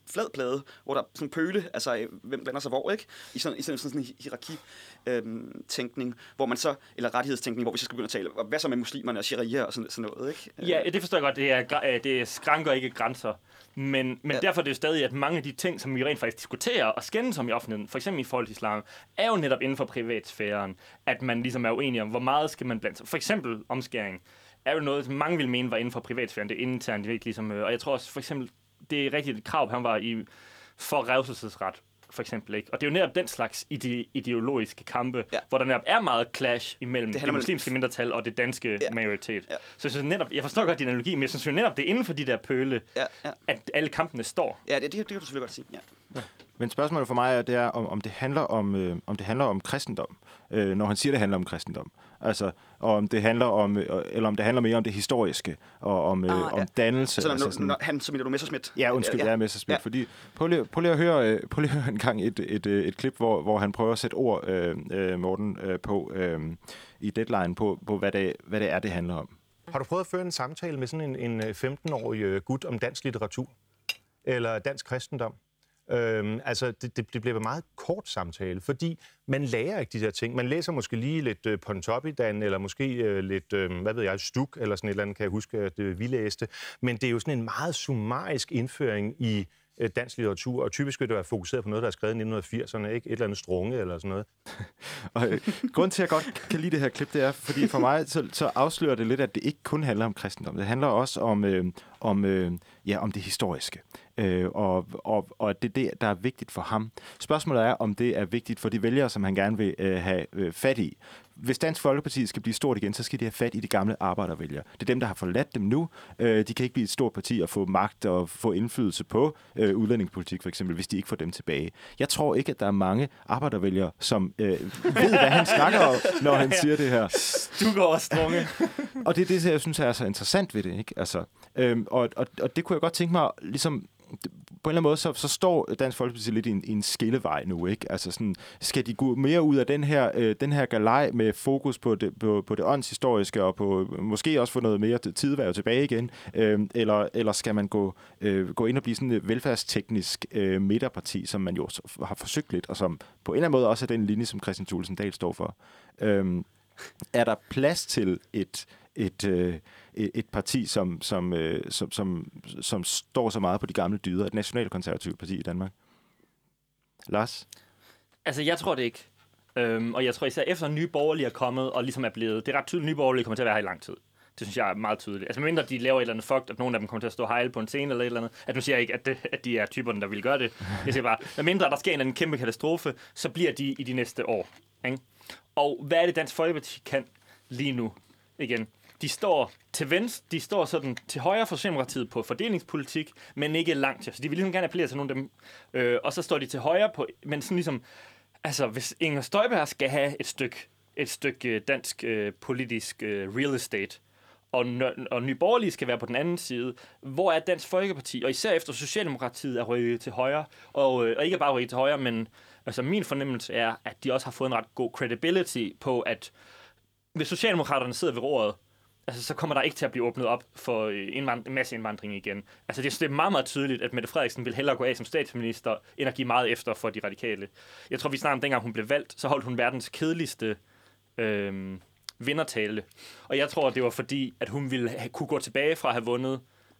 flad plade, hvor der er sådan en pøle, altså hvem blander sig hvor, ikke? I sådan, i sådan, sådan en hierarki-tænkning, øhm, hvor man så, eller rettighedstænkning, hvor vi så skal begynde at tale, hvad så med muslimerne og sharia og sådan, sådan noget, ikke? Ja, det forstår jeg godt, det er, det er skranker, ikke grænser. Men, men ja. derfor er det jo stadig, at mange af de ting, som vi rent faktisk diskuterer og skændes om i offentligheden, for eksempel i forhold til islam, er jo netop inden for privatsfæren, at man ligesom er uenig om, hvor meget skal man blande sig. For eksempel omskæring er jo noget, som mange vil mene var inden for privatsfæren, det er internt, ligesom, og jeg tror også, for eksempel, det er rigtigt, Krav, han var i for revselsesret, for eksempel, ikke? Og det er jo netop den slags ide- ideologiske kampe, ja. hvor der netop er meget clash imellem det, det muslimske mindretal og det danske ja. majoritet. Ja. Så jeg synes netop, jeg forstår godt din analogi, men jeg synes jo netop, det er inden for de der pøle, ja. Ja. at alle kampene står. Ja, det, det, det kan du selvfølgelig godt sige, ja. Ja. Men spørgsmålet for mig er, det er om, om det handler om, øh, om det handler om kristendom, øh, når han siger, det handler om kristendom. Altså, og om det handler om, eller om det handler mere om det historiske og om, øh, ah, ja. om dannelse. Så når, altså sådan, når han, så mener du Messerschmidt? Ja, undskyld, ja, ja. Messerschmidt. Ja. Fordi prøv lige, prøv lige at høre, prøv lige at høre en gang et, et, et, et klip, hvor, hvor han prøver at sætte ord, øh, øh, Morten, øh, på øh, i Deadline på, på hvad, det, hvad det er, det handler om. Har du prøvet at føre en samtale med sådan en, en femten-årig gut om dansk litteratur eller dansk kristendom? Øhm, altså, det, det, det bliver en meget kort samtale, fordi man lærer ikke de der ting. Man læser måske lige lidt uh, Pontoppidan, eller måske uh, lidt, uh, hvad ved jeg, Stuk, eller sådan et eller andet, kan jeg huske, at uh, vi læste. Men det er jo sådan en meget summarisk indføring i uh, dansk litteratur, og typisk vil det være fokuseret på noget, der er skrevet i nitten firserne, ikke? Et eller andet Strunge, eller sådan noget. og øh, grunden til, at jeg godt kan lide det her klip, det er, fordi for mig, så, så afslører det lidt, at det ikke kun handler om kristendom. Det handler også om, øh, om, øh, ja, om det historiske. Øh, og, og, og det er det, der er vigtigt for ham. Spørgsmålet er, om det er vigtigt for de vælgere, som han gerne vil øh, have øh, fat i. Hvis Dansk Folkeparti skal blive stort igen, så skal de have fat i de gamle arbejdervælgere. Det er dem, der har forladt dem nu. Øh, de kan ikke blive et stort parti og få magt og få indflydelse på øh, udlændingepolitik, for eksempel, hvis de ikke får dem tilbage. Jeg tror ikke, at der er mange arbejdervælgere, som øh, ved, hvad han snakker om, når han siger det her. Du går også strunge. Og det er det, jeg synes er så interessant ved det, ikke? Altså, øh, og, og, og det kunne jeg godt tænke mig, ligesom på en eller anden måde, så, så står Dansk Folkeparti lidt i en, i en skillevej nu, ikke? Altså sådan, skal de gå mere ud af den her, øh, den her galej med fokus på det, på, på det åndshistoriske, og på måske også få noget mere tidværv tilbage igen, øh, eller, eller skal man gå, øh, gå ind og blive sådan et velfærdsteknisk øh, midterparti, som man jo har forsøgt lidt, og som på en eller anden måde også er den linje, som Kristian Thulesen Dahl står for. Øh, er der plads til et Et, øh, et parti, som, som, øh, som, som, som står så meget på de gamle dyder, et nationalkonservativt parti i Danmark? Lars? Altså, jeg tror det ikke. Øhm, og jeg tror især efter Nye Borgerlige er kommet, og ligesom er blevet... Det er ret tydeligt, Nye Borgerlige kommer til at være her i lang tid. Det synes jeg er meget tydeligt. Altså, medmindre de laver et eller andet fuck, at nogle af dem kommer til at stå hejle på en scene eller et eller andet. At nu siger jeg ikke, at, det, at de er typerne, der vil gøre det. Jeg siger bare, medmindre der sker en eller anden kæmpe katastrofe, så bliver de i de næste år. Ikke? Og hvad er det, Dansk Folkeparti kan lige nu? Igen. De står til venstre, de står sådan til højre for Socialdemokratiet på fordelingspolitik, men ikke langt til. Så de vil ligesom gerne appellere til nogle af dem. Øh, og så står de til højre på, men sådan ligesom, altså hvis Inger Støjberg skal have et stykke, et stykke dansk øh, politisk øh, real estate, og, og Nye Borgerlige skal være på den anden side, hvor er Dansk Folkeparti, og især efter Socialdemokratiet er rykket til højre, og, øh, og ikke bare rykket til højre, men altså min fornemmelse er, at de også har fået en ret god credibility på, at hvis Socialdemokraterne sidder ved roret, altså, så kommer der ikke til at blive åbnet op for indvand- masse indvandring igen. Altså, det, det er meget, meget tydeligt, at Mette Frederiksen vil hellere gå af som statsminister, end at give meget efter for de radikale. Jeg tror, vi snakker om, dengang hun blev valgt, så holdt hun verdens kedeligste øh, vindertale. Og jeg tror, det var fordi, at hun ville have, kunne gå tilbage fra at have vundet,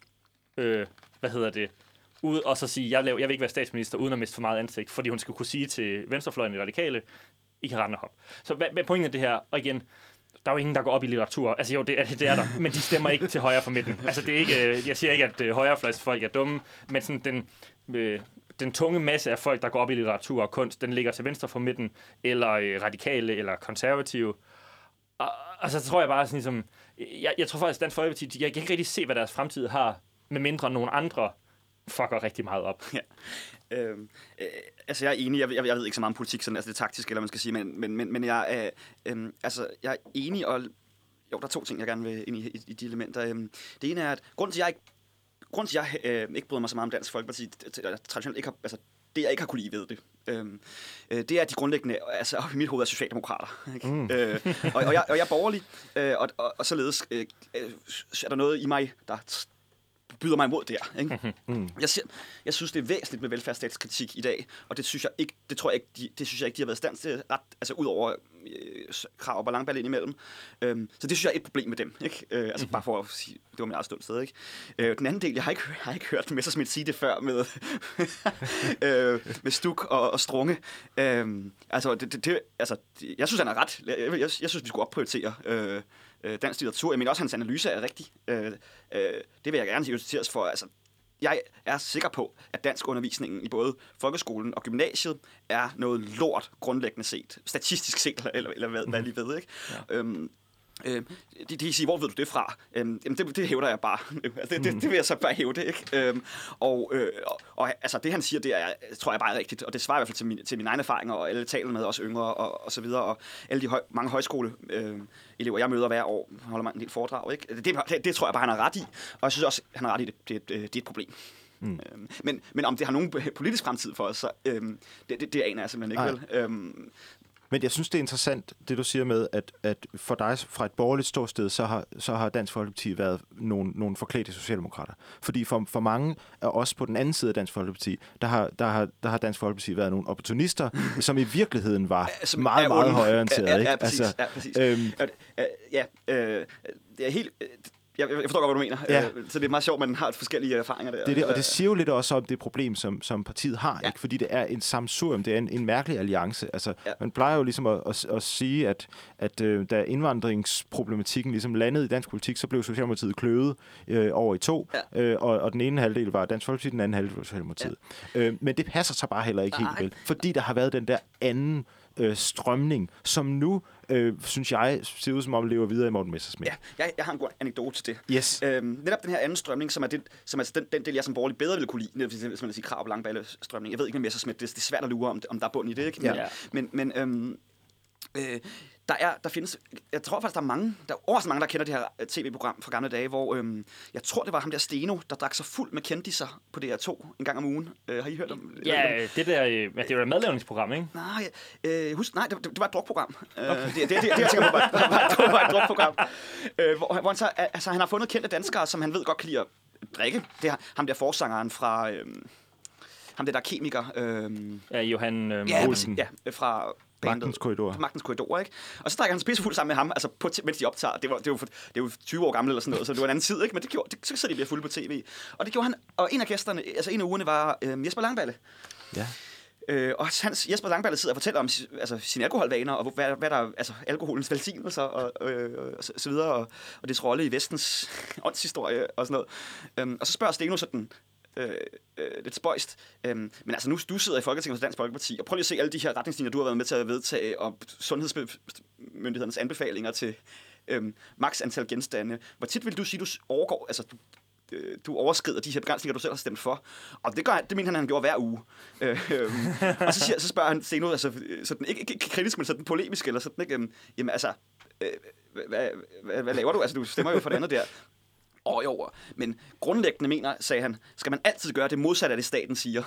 øh, hvad hedder det, ud og så sige, jeg, laver, jeg vil ikke være statsminister, uden at miste for meget ansigt, fordi hun skulle kunne sige til venstrefløjen i radikale, I kan rende op. Så hvad, hvad pointen er det her? Og igen, der er jo ingen, der går op i litteratur. Altså jo, det er, det er der, men de stemmer ikke til højre for midten. Altså det er ikke, jeg siger ikke, at øh, højrefløjsfolk er dumme, men sådan den, øh, den tunge masse af folk, der går op i litteratur og kunst, den ligger til venstre for midten, eller øh, radikale, eller konservative. Og, og så tror jeg bare sådan ligesom, jeg, jeg tror faktisk, at Dansk Folkeparti, jeg kan ikke rigtig se, hvad deres fremtid har, med mindre nogen andre fucker rigtig meget op. Ja. Øhm, øh, altså jeg er enig, jeg, jeg, jeg ved ikke så meget om politik, sådan, altså det taktiske, eller man skal sige, men, men, men, men jeg, er, øh, altså, jeg er enig, og jo, der er to ting, jeg gerne vil ind i, i, i de elementer. Øhm, det ene er, at grunden til, at jeg ikke, grunden til, at jeg øh, ikke bryder mig så meget om Dansk Folkeparti, traditionelt ikke har, altså det, jeg ikke har kunne lide ved det, øhm, øh, det er, at de grundlæggende, altså op i mit hoved er socialdemokrater. Ikke? Mm. Øh, og, og, jeg, og jeg er borgerlig, øh, og, og, og således øh, er der noget i mig, der byder mig imod der. Ikke? Mm-hmm. Jeg, siger, jeg synes, det er væsentligt med velfærdsstatskritik i dag, og det synes jeg ikke, det tror jeg ikke, de, det synes jeg ikke, de har været i stand til ret, altså ud over øh, Krarup og Langballe indimellem. Øhm, så det synes jeg er et problem med dem. Ikke? Øh, altså mm-hmm. bare for at sige, det var min eget stund sted. Ikke? Øh, den anden del, jeg har ikke, jeg har ikke hørt Messerschmidt sige det før med, øh, med Stuk og, og Strunge. Øh, altså, det, det, det, altså, jeg synes, han er ret. Jeg, jeg, jeg synes, vi skulle opprioritere øh, dansk litteratur. Jeg mener også, at hans analyse er rigtig. Øh, øh, det vil jeg gerne citeres for. Altså, jeg er sikker på, at dansk undervisningen i både folkeskolen og gymnasiet er noget lort grundlæggende set. Statistisk set, eller, eller, eller hvad, hvad lige ved, ikke? Ja. Øhm, Øh, de, de siger, hvor ved du det fra? Øhm, jamen det, det hævder jeg bare. altså, det, det, det vil jeg så bare hæve det, ikke? Øhm, og, øh, og, og altså, det han siger, det er, tror jeg bare er rigtigt, og det svarer i hvert fald til, min, til mine egne erfaringer, og alle taler med, også yngre, og, og så videre, og alle de høj, mange højskoleelever, øh, jeg møder hver år, holder mig en del foredrag, ikke? Det, det, det tror jeg bare, han har ret i, og jeg synes også, han har ret i det. Det, det, det er et problem. Mm. Øhm, men, men om det har nogen politisk fremtid for os, så øhm, det, det, det aner jeg simpelthen ikke, vel? Øhm, Men jeg synes, det er interessant, det du siger med, at, at for dig fra et borgerligt ståsted, så har, så har Dansk Folkeparti været nogle, nogle forklædte socialdemokrater. Fordi for, for mange af os på den anden side af Dansk Folkeparti, der har, der har, der har Dansk Folkeparti været nogle opportunister, som i virkeligheden var altså, meget, meget højreorienterede. Ja, ja, ikke? ja, præcis. Altså, ja, præcis. Øhm, ja, øh, det er helt... Jeg forstår godt, hvad du mener. Ja. Så det er meget sjovt, at man har forskellige erfaringer der. Det er det, og det siger jo lidt også om det problem, som, som partiet har, ja. Ikke? Fordi det er en samsurium, det er en, en mærkelig alliance. Altså, ja. Man plejer jo ligesom at, at, at sige, at, at øh, da indvandringsproblematikken ligesom landede i dansk politik, så blev Socialdemokratiet kløvet øh, over i to, ja. øh, og, og den ene halvdel var Dansk Folkeparti, den anden halvdel var Socialdemokratiet. Ja. Øh, men det passer så bare heller ikke Nej. helt vel, fordi der har været den der anden øh, strømning, som nu, øh, synes jeg, ser ud som om lever videre i Morten Messerschmidt. Ja, jeg, jeg har en god anekdote til det. Yes. Øhm, netop den her anden strømning, som er, det, som er den, den del, jeg som borgerlig bedre ville kunne lide, hvis man siger Krarup Langballe strømning. Jeg ved ikke med Messerschmidt, det, det er svært at lure, om, om der er bund i det, ikke? Men, ja. men, men øhm, øh, der er, der findes, jeg tror faktisk, der er mange, der er også mange, der kender det her tv-program fra gamle dage, hvor øhm, jeg tror, det var ham der Steno, der drak sig fuld med kendiser på D R to en gang om ugen. Øh, har I hørt om Ja, om? det der, ja, det var et madlavningsprogram, ikke? Nej, øh, husk, nej, det, det var et drukprogram. Okay. Øh, det, det, det, det, det, jeg tænker på, var, var, var, var et drukprogram. Øh, hvor, hvor han, så, altså, han har fundet kendte danskere, som han ved godt kan lide at drikke. Det er ham der forsangeren fra, øhm, ham der der kemiker. Øhm, ja, Johan øhm, ja, Olsen. Ja, fra... Magtens Korridor. Magtens Korridor, ikke? Og så drikker han spidse sammen med ham, altså på mens de optager. Det var, det var, det var jo tyve år gammel eller sådan noget, så det var en anden tid, ikke? Men det gjorde, det, så, så de bliver fulde på tv. Og det gjorde han, og en af gæsterne, altså en af ugerne var øh, Jesper Langballe. Ja. Øh, og hans, Jesper Langballe sidder og fortæller om altså, sine alkoholvaner, og hvad, hvad der er altså, alkoholens velsignelser, og, øh, og så, så videre, og, og dets rolle i vestens åndshistorie, og sådan noget. Øhm, og så spørger Steno sådan, Øh, øh, lidt spøjst. Øhm, men altså nu du sidder i Folketinget hos Dansk Folkeparti, og prøv lige at se alle de her retningslinjer, du har været med til at vedtage, og sundhedsmyndighedernes anbefalinger til øhm, maks antal genstande. Hvor tit vil du sige, du overgår, altså du, øh, du overskrider de her begrænsninger, du selv har stemt for? Og det gør det mener han, han gjorde hver uge. Øh, øh, og så, siger, så spørger han Steno, altså sådan, ikke, ikke kritisk, men sådan polemisk, eller sådan, ikke? Øhm, jamen altså, øh, hvad, hvad, hvad laver du? Altså du stemmer jo for det andet der. Og jo, men grundlæggende mener, sagde han, skal man altid gøre det modsatte af det, staten siger.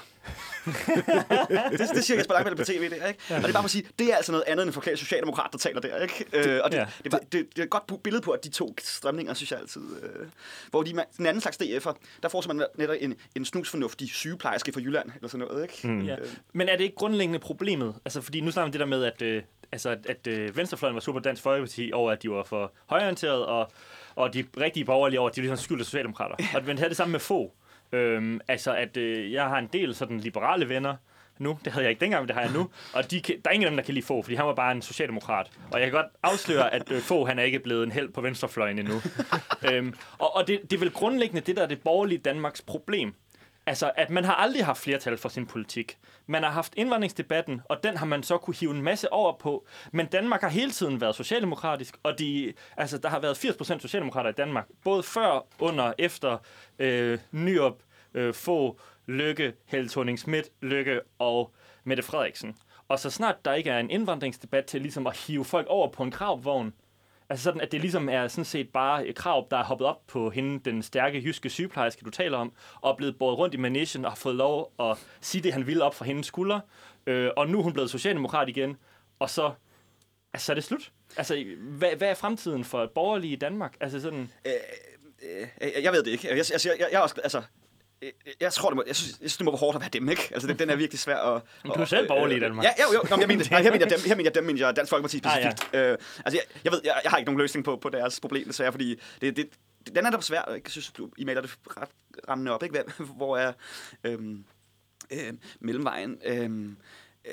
det, det siger Jesper Langballe på tv, det, ikke? Ja. Og det er bare for at sige, det er altså noget andet end en forklædt socialdemokrat, der taler der, ikke? Øh, og det, ja. det, det, det, det er et godt billede på, at de to strømninger, synes jeg altid. Øh, hvor de, den anden slags D F'er, der får man netop en, en snusfornuftig sygeplejerske fra Jylland, eller sådan noget, ikke? Mm. Ja. Men er det ikke grundlæggende problemet? Altså, fordi nu snakker vi det der med, at, øh, altså, at, at øh, venstrefløjen var super Dansk Folkeparti over, at de var for højorienteret, og og de rigtige borgerlige over, at de er ligesom skyldte socialdemokrater. Ja. Og man havde det samme med få. Øhm, altså, at øh, jeg har en del sådan liberale venner nu. Det havde jeg ikke dengang, men det har jeg nu. Og de kan, der er ingen af dem, der kan lide få, fordi han var bare en socialdemokrat. Og jeg kan godt afsløre, at øh, få, han er ikke blevet en held på venstrefløjen endnu. øhm, og og det, det er vel grundlæggende det, der er det borgerlige Danmarks problem. Altså, at man har aldrig haft flertal for sin politik. Man har haft indvandringsdebatten, og den har man så kunne hive en masse over på. Men Danmark har hele tiden været socialdemokratisk, og de, altså, der har været firs procent socialdemokrater i Danmark. Både før, under, efter øh, Nyrup, øh, Fogh, Løkke, Helle Thorning-Schmidt, Løkke og Mette Frederiksen. Og så snart der ikke er en indvandringsdebat til ligesom at hive folk over på en Krarup-vogn, altså sådan, at det ligesom er sådan set bare et Krarup, der er hoppet op på hende, den stærke jyske sygeplejerske, du taler om, og er blevet båret rundt i managen og har fået lov at sige det, han ville op fra hendes skulder. Øh, og nu er hun blevet socialdemokrat igen, og så, altså, så er det slut. Altså, hvad, hvad er fremtiden for borgerlige i Danmark? Altså sådan... Øh, øh, jeg, jeg ved det ikke. Jeg, jeg, jeg, jeg, jeg er også, altså, jeg, jeg tror, det må, jeg, synes, jeg synes, det må være hårdt at være dem, ikke? Altså, den, den er virkelig svær at... Men du er selv borgerlig i Danmark. Ja, jo, jo. Nå, jeg mener, her mener jeg dem, her mener jeg dem, mener jeg Dansk Folkeparti specifikt. Ah, ja. øh, altså, jeg, jeg ved, jeg, jeg har ikke nogen løsning på, på deres problem, desværre, fordi det, det, den er da svært. Jeg synes, du, I maler det ret rammende op, ikke? Hvor er øhm, øh, mellemvejen? Øhm, øh,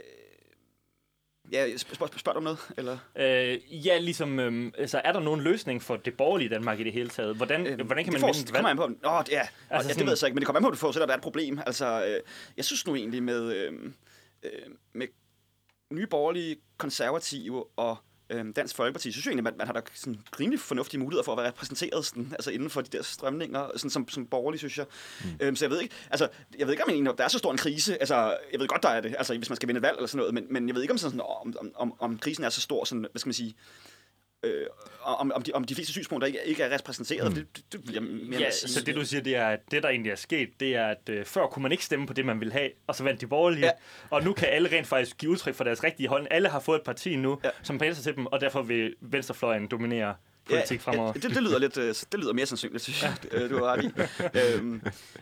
Ja, spørg, spørg du om noget, eller? Øh, ja, ligesom, øhm, altså, er der nogen løsning for det borgerlige Danmark i det hele taget? Hvordan, øhm, hvordan kan man det vinde det kommer an på. Åh, det, ja, altså ja, sådan, det ved jeg så ikke, men det kommer an på, at du forudsætter, at der er et problem. Altså, øh, jeg synes nu egentlig med, øh, øh, med nye borgerlige, konservative og øh, Dansk Folkeparti, synes jeg egentlig, at man, man har da sådan rimelig fornuftige muligheder for at være repræsenteret sådan, altså inden for de der strømninger, sådan, som, som borgerlige, synes jeg. Mm. Øhm, så jeg ved ikke, altså, jeg ved ikke, om egentlig, der er så stor en krise. Altså, jeg ved godt, der er det, altså, hvis man skal vinde et valg eller sådan noget, men, men jeg ved ikke, om, sådan, om, om, om, om krisen er så stor, sådan, hvad skal man sige, øh, om, om, de, om de fleste synspunkter ikke, ikke er repræsenteret. Mm. Det, det, det vil jeg mere ja, sige. Så det, du siger, det er, at det, der egentlig er sket, det er, at øh, før kunne man ikke stemme på det, man ville have, og så vandt de borgerlige. Ja. Og nu kan alle rent faktisk give udtryk for deres rigtige holdning. Alle har fået et parti nu, ja. som passer til dem, og derfor vil venstrefløjen dominere politik ja, fremover. Ja, det, det lyder lidt, det lyder mere sandsynligt, synes jeg. Ja. Du har ret i. øhm.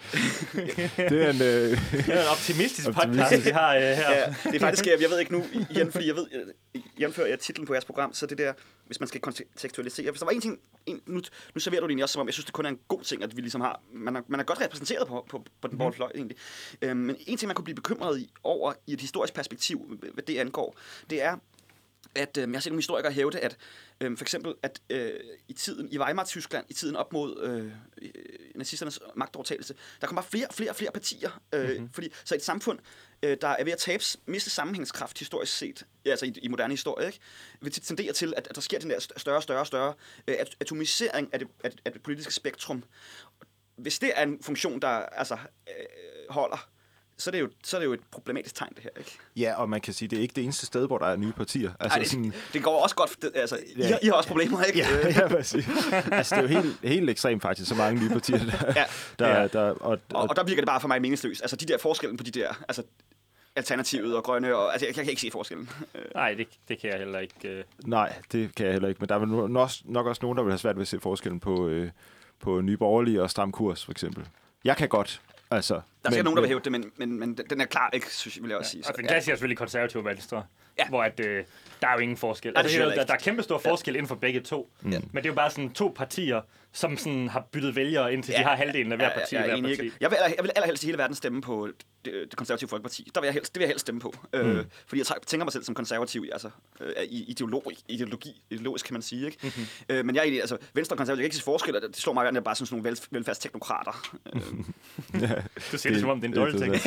Det er en, øh... det er en optimistisk podcast, vi har øh, her. Ja, det er faktisk, jeg ved ikke nu, igen, fordi jeg ved, jævnfører jeg titlen på jeres program, så det der, hvis man skal kontekstualisere. Hvis der var en ting, en, nu, nu serverer du det egentlig også, som om jeg synes, det kun er en god ting, at vi ligesom har, man er, man er godt repræsenteret på, på, på den borgerlige fløj, egentlig. Øhm, men en ting, man kunne blive bekymret i, over i et historisk perspektiv, hvad det angår, det er, at øh, jeg har set nogle historikere hævde, at øh, for eksempel, at øh, i tiden i Weimar-Tyskland, i tiden op mod øh, nazisternes magtovertagelse, der kom bare flere og flere, flere partier. Øh, mm-hmm. fordi, så et samfund, øh, der er ved at tabe, miste sammenhængskraft historisk set, altså i, i moderne historie, ikke, vil tendere til, at, at der sker den der større, større, større øh, atomisering af det, af, af det politiske spektrum. Hvis det er en funktion, der altså, øh, holder, så er, det jo, så er det jo et problematisk tegn, det her, ikke? Ja, og man kan sige, det er ikke det eneste sted, hvor der er nye partier. Altså, Ej, det, sådan, det går også godt. Det, altså, ja. I, har, I har også problemer, ikke? Ja, ja, præcis. Altså, det er jo helt, helt ekstremt faktisk, så mange nye partier, der... Ja. der, ja. der og, og, og, og der virker det bare for mig meningsløst. Altså, de der forskellen på de der... Altså, Alternativet og Grønne, og, altså, jeg, jeg kan ikke se forskellen. Nej, det, det kan jeg heller ikke. Uh... Nej, det kan jeg heller ikke, men der er vel nok, nok også nogen, der vil have svært ved at se forskellen på, øh, på Nye Borgerlige og Stram Kurs, for eksempel. Jeg kan godt, altså... Der er sikkert nogen, der vil hæve det, men, men, men den er klar, ikke, synes jeg, vil jeg også ja, sige. Og den klassiker er selvfølgelig konservative og Venstre, ja. hvor at, øh, der er jo ingen forskel. Ja, altså, det der, der er kæmpe stor forskel ja. inden for begge to, ja. men det er jo bare sådan to partier, som sådan har byttet vælgere, indtil ja. de har halvdelen af hver parti. Ja, ja, ja, hver parti. Jeg vil, jeg vil allerhelst i hele verden stemme på det, det konservative Folkeparti. Der vil jeg helst, det vil jeg helst stemme på. Mm. Øh, fordi jeg tænker mig selv som konservativ, altså øh, ideologi, ideologi, ideologisk kan man sige, ikke? Mm-hmm. Øh, men jeg er altså Venstre og konservativ, jeg kan ikke se forskel, det slår mig, at det er bare sådan nogle velfærdsteknokrater. Øh. ja, du siger det, det som om det er en dårlig ting.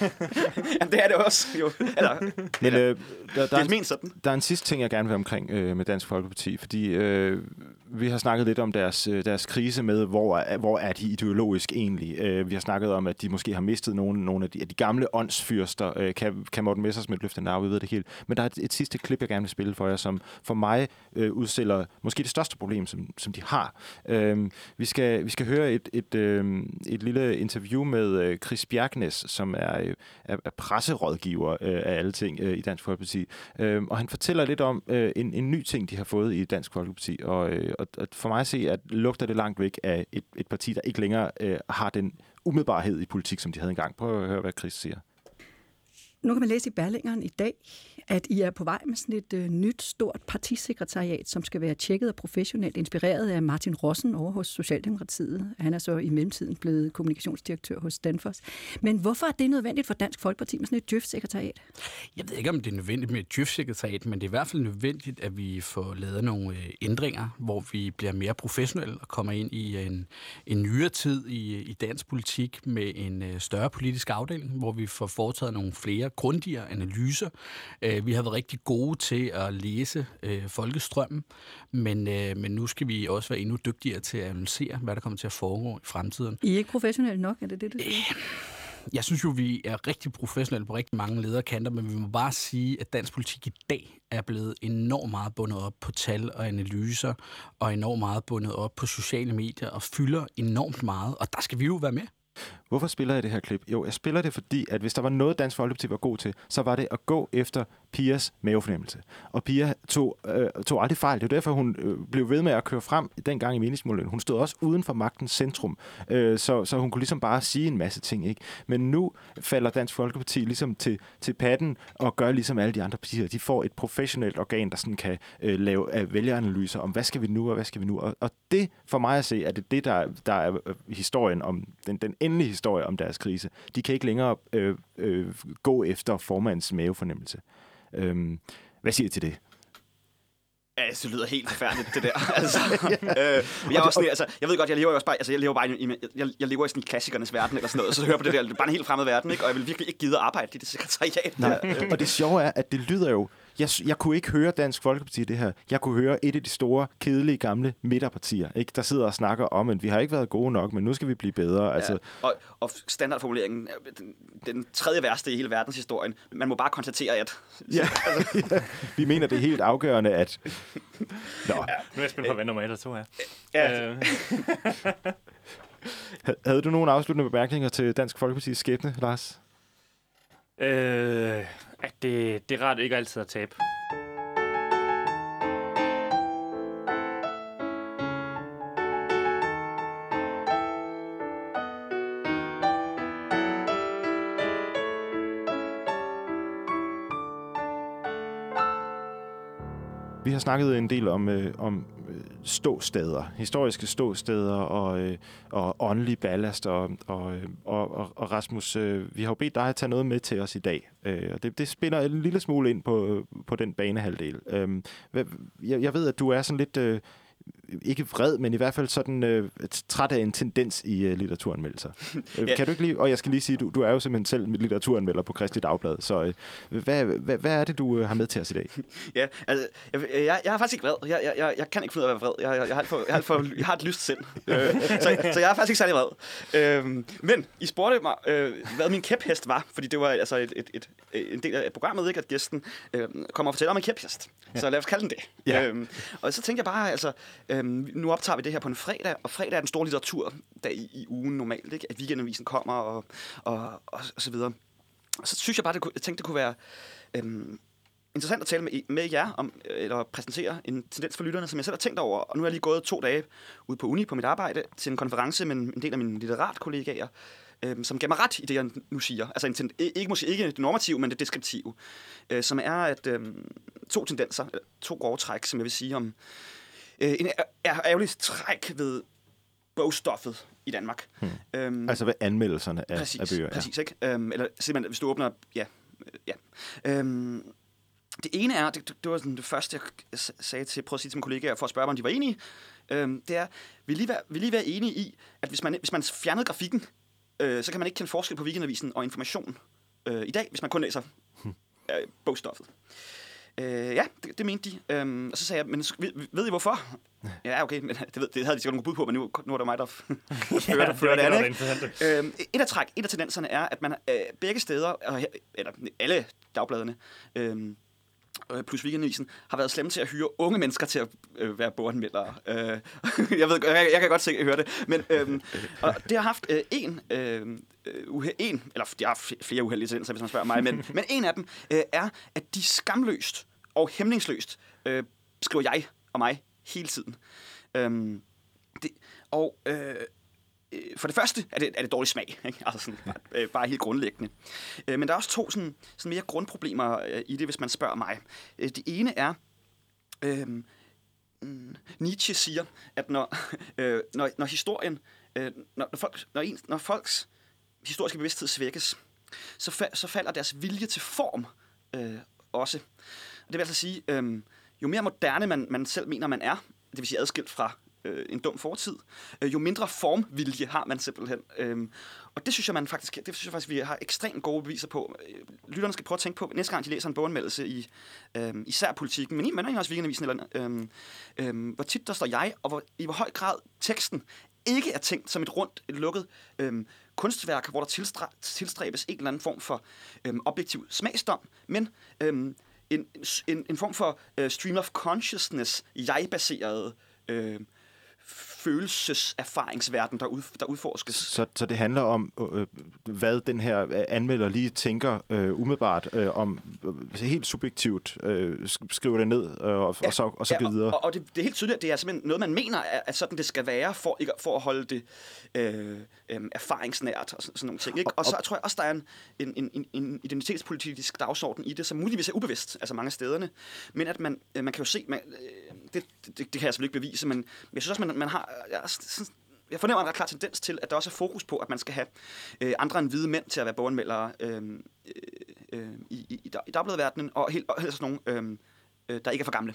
Jamen, det er det også, jo. Eller, men, øh, der, der, det er sådan. Der er en sidste ting, jeg gerne vil have omkring øh, med Dansk Folkeparti, fordi øh, vi har snakket lidt om deres, øh, deres krise med, hvor, hvor er de ideologisk egentlig. Øh, vi har snakket om, at de måske har mistet nogle, nogle af, de, af de gamle åndsfyrster. Øh, kan, kan Morten Messerschmidt løfte en arv, vi ved det helt. Men der er et, et sidste klip, jeg gerne vil spille for jer, som for mig øh, udstiller måske det største problem, som, som de har. Øh, vi, skal, vi skal høre et, et, øh, et lille interview med øh, Chris Bjerknes, som er, øh, er, er presserådgiver øh, af alle ting øh, i Dansk Folkeparti. Øh, og han fortæller lidt om øh, en, en ny ting, de har fået i Dansk Folkeparti. Og, øh, og, og for mig at se, at lugter det langt væk af et, et parti, der ikke længere øh, har den umiddelbarhed i politik, som de havde engang. Prøv at høre, hvad Chris siger. Nu kan man læse i Berlingeren i dag, at I er på vej med sådan et øh, nyt, stort partisekretariat, som skal være tjekket og professionelt inspireret af Martin Rossen over hos Socialdemokratiet. Han er så i mellemtiden blevet kommunikationsdirektør hos Danfoss. Men hvorfor er det nødvendigt for Dansk Folkeparti med sådan et djøf-sekretariat? Jeg ved ikke, om det er nødvendigt med et djøf-sekretariat, men det er i hvert fald nødvendigt, at vi får lavet nogle øh, ændringer, hvor vi bliver mere professionelle og kommer ind i en, en nyere tid i, i dansk politik med en øh, større politisk afdeling, hvor vi får foretaget nogle flere grundigere analyser. Vi har været rigtig gode til at læse øh, folkestrømmen, men, øh, men nu skal vi også være endnu dygtigere til at analysere, hvad der kommer til at foregå i fremtiden. I er ikke professionelle nok, er det det, du siger? Jeg synes jo, vi er rigtig professionelle på rigtig mange lederkanter, men vi må bare sige, at dansk politik i dag er blevet enormt meget bundet op på tal og analyser, og enormt meget bundet op på sociale medier, og fylder enormt meget, og der skal vi jo være med. Hvorfor spiller jeg det her klip? Jo, jeg spiller det, fordi at hvis der var noget, Dansk Folkeparti var god til, så var det at gå efter Pias mavefornemmelse. Og Pia tog, øh, tog aldrig fejl. Det er derfor, hun øh, blev ved med at køre frem dengang i meningsmålingen. Hun stod også uden for magtens centrum, øh, så, så hun kunne ligesom bare sige en masse ting. Ikke? Men nu falder Dansk Folkeparti ligesom til, til patten og gør ligesom alle de andre partier. De får et professionelt organ, der sådan kan øh, lave øh, vælgeranalyser om, hvad skal vi nu, og hvad skal vi nu. Og, og det, for mig at se, er det det, der, der er historien om, den, den endelige historie om deres krise. De kan ikke længere øh, øh, gå efter formandens mavefornemmelse. Øhm, hvad siger I til det? Ja, det lyder helt forfærdeligt, det der. altså, øh, jeg, er også sådan, altså, jeg ved godt, jeg lever jo også bare, altså, jeg lever bare i, jeg, jeg lever i sådan i klassikernes verden, eller sådan noget, så hører på det der, det er bare en helt fremmed verden, ikke? Og jeg vil virkelig ikke gide at arbejde i det sekretariat. Nej, og det sjove er, at det lyder jo, jeg, jeg kunne ikke høre Dansk Folkeparti i det her. Jeg kunne høre et af de store, kedelige, gamle midterpartier, ikke? Der sidder og snakker om, at vi har ikke været gode nok, men nu skal vi blive bedre. Ja, altså. og, og standardformuleringen, den, den tredje værste i hele verdenshistorien, man må bare konstatere, at... Ja, ja. Vi mener, det er helt afgørende, at... Nå. Ja, nu er jeg spændt på, hvad nummer et og to er. Ja. Øh. Havde du nogle afsluttende bemærkninger til Dansk Folkepartis skæbne, Lars? Øh, at det, det er rart ikke altid at tabe. Vi har snakket en del om, øh, om ståsteder, historiske ståsteder og, øh, og åndelig ballast. Og, og, og, og Rasmus, øh, vi har jo bedt dig at tage noget med til os i dag. Øh, og det, det spiller en lille smule ind på, på den banehalvdel. Øh, jeg, jeg ved, at du er sådan lidt... Øh, ikke vred, men i hvert fald sådan øh, træt af en tendens i øh, litteraturanmeldelser. ja. Kan du ikke lige, og jeg skal lige sige, du, du er jo simpelthen selv litteraturanmelder på Kristeligt Dagblad, så øh, hvad, hvad, hvad er det, du øh, har med til os i dag? Ja, altså, jeg, jeg, jeg er faktisk ikke vred. Jeg, jeg, jeg kan ikke finde ud af at være vred. Jeg, jeg, jeg, har, for, jeg, har, for, jeg har et lyst sind. øh, så, så jeg er faktisk ikke særlig vred. Øh, men I spurgte mig, øh, hvad min kæphest var, fordi det var altså et, et, et, et, en del af programmet, ikke, at gæsten øh, kommer og fortæller om en kæphest. Ja. Så lad os kalde den det. Ja. Øh, og så tænkte jeg bare, altså, øh, nu optager vi det her på en fredag, og fredag er den store litteraturdag i, i ugen normalt, ikke? At Weekendavisen kommer og, og, og, og så videre. Og så synes jeg bare, det kunne, jeg tænkte, det kunne være øhm, interessant at tale med, med jer om, eller præsentere en tendens for lytterne, som jeg selv har tænkt over. Og nu har jeg lige gået to dage ude på uni på mit arbejde til en konference med en del af mine litteratkollegaer, øhm, som gav mig ret i det, jeg nu siger. Altså en tend- ikke, måske ikke det normative, men det deskriptive. Øh, som er at øhm, to tendenser, to grove træk, som jeg vil sige om øh, en ærgerlig træk ved bogstoffet i Danmark. Hmm. Øhm, altså ved anmeldelserne af, præcis, af bøger. Præcis, ikke? Øhm, eller simpelthen, hvis du åbner... Ja, ja. Øhm, det ene er, det, det var sådan det første, jeg sagde til, prøvede at sige til mine kollegaer, for at spørge, om de var enige. Øhm, det er, vi lige være, vi lige være enige i, at hvis man, hvis man fjernede grafikken, øh, så kan man ikke kende forskel på Weekendavisen og Information øh, i dag, hvis man kun læser øh, bogstoffet. Øh, ja, det, det mente de. Øhm, og så sagde jeg, men ved, ved I hvorfor? Ja, okay, men det, ved, det havde de sikkert nogle bud på, men nu, nu er det mig, der fører det, fører det andet, ikke? Øhm, et af træk, et af tendenserne er, at man øh, begge steder, eller alle dagbladene, øh, plus Weekendavisen, har været slemme til at hyre unge mennesker til at øh, være boganmeldere. Øh, jeg ved, jeg, jeg kan godt se, at høre det. Men øh, og det har haft øh, en, øh, uhe, en, eller de har flere uheldige tendenser, hvis man spørger mig, men, men en af dem øh, er, at de skamløst og hæmningsløst øh, skriver jeg og mig hele tiden. Øh, det, og øh, for det første er det, er det dårlig smag, ikke? Altså sådan, bare, bare helt grundlæggende. Men der er også to sådan, sådan mere grundproblemer i det, hvis man spørger mig. Det ene er, øh, Nietzsche siger, at når, øh, når, når historien, øh, når, når, folk, når, en, når folks historiske bevidsthed svækkes, så, fa- så falder deres vilje til form øh, også. Og det vil altså sige, øh, jo mere moderne man, man selv mener, man er, det vil sige adskilt fra øh, en dum fortid, øh, jo mindre formvilje har man simpelthen. Øh, og det synes jeg, man faktisk, det synes jeg faktisk, vi har ekstremt gode beviser på. Lytterne skal prøve at tænke på, næste gang de læser en boganmeldelse i øh, især politikken, men i men også Weekendavisen, eller øh, øh, hvor tit der står jeg, og hvor, i hvor høj grad teksten ikke er tænkt som et rundt, et lukket øh, kunstværk, hvor der tilstra- tilstræbes en eller anden form for øh, objektiv smagsdom, men øh, en, en, en form for øh, stream of consciousness, jeg-baseret øh, følelseserfaringsverden, der, ud, der udforskes. Så, så det handler om, øh, hvad den her anmelder lige tænker øh, umiddelbart, øh, om øh, helt subjektivt øh, skriver det ned, øh, og, ja, og så, og så ja, går videre. Og, og det, det er helt tydeligt, at det er simpelthen noget, man mener, at, at sådan det skal være, for, ikke, for at holde det øh, øh, erfaringsnært og sådan, sådan nogle ting. Ikke? Og, og så tror jeg også, der er en, en, en, en identitetspolitisk dagsorden i det, som muligvis er ubevidst, altså mange af stederne. Men at man, øh, man kan jo se, man, øh, det, det, det kan jeg selvfølgelig ikke bevise, men jeg synes også, man, man har... Jeg, jeg fornemmer en ret klar tendens til, at der også er fokus på, at man skal have øh, andre end hvide mænd til at være boganmeldere øh, øh, i, i, i dagbladverdenen, og helt og sådan nogle, øh, øh, der ikke er for gamle.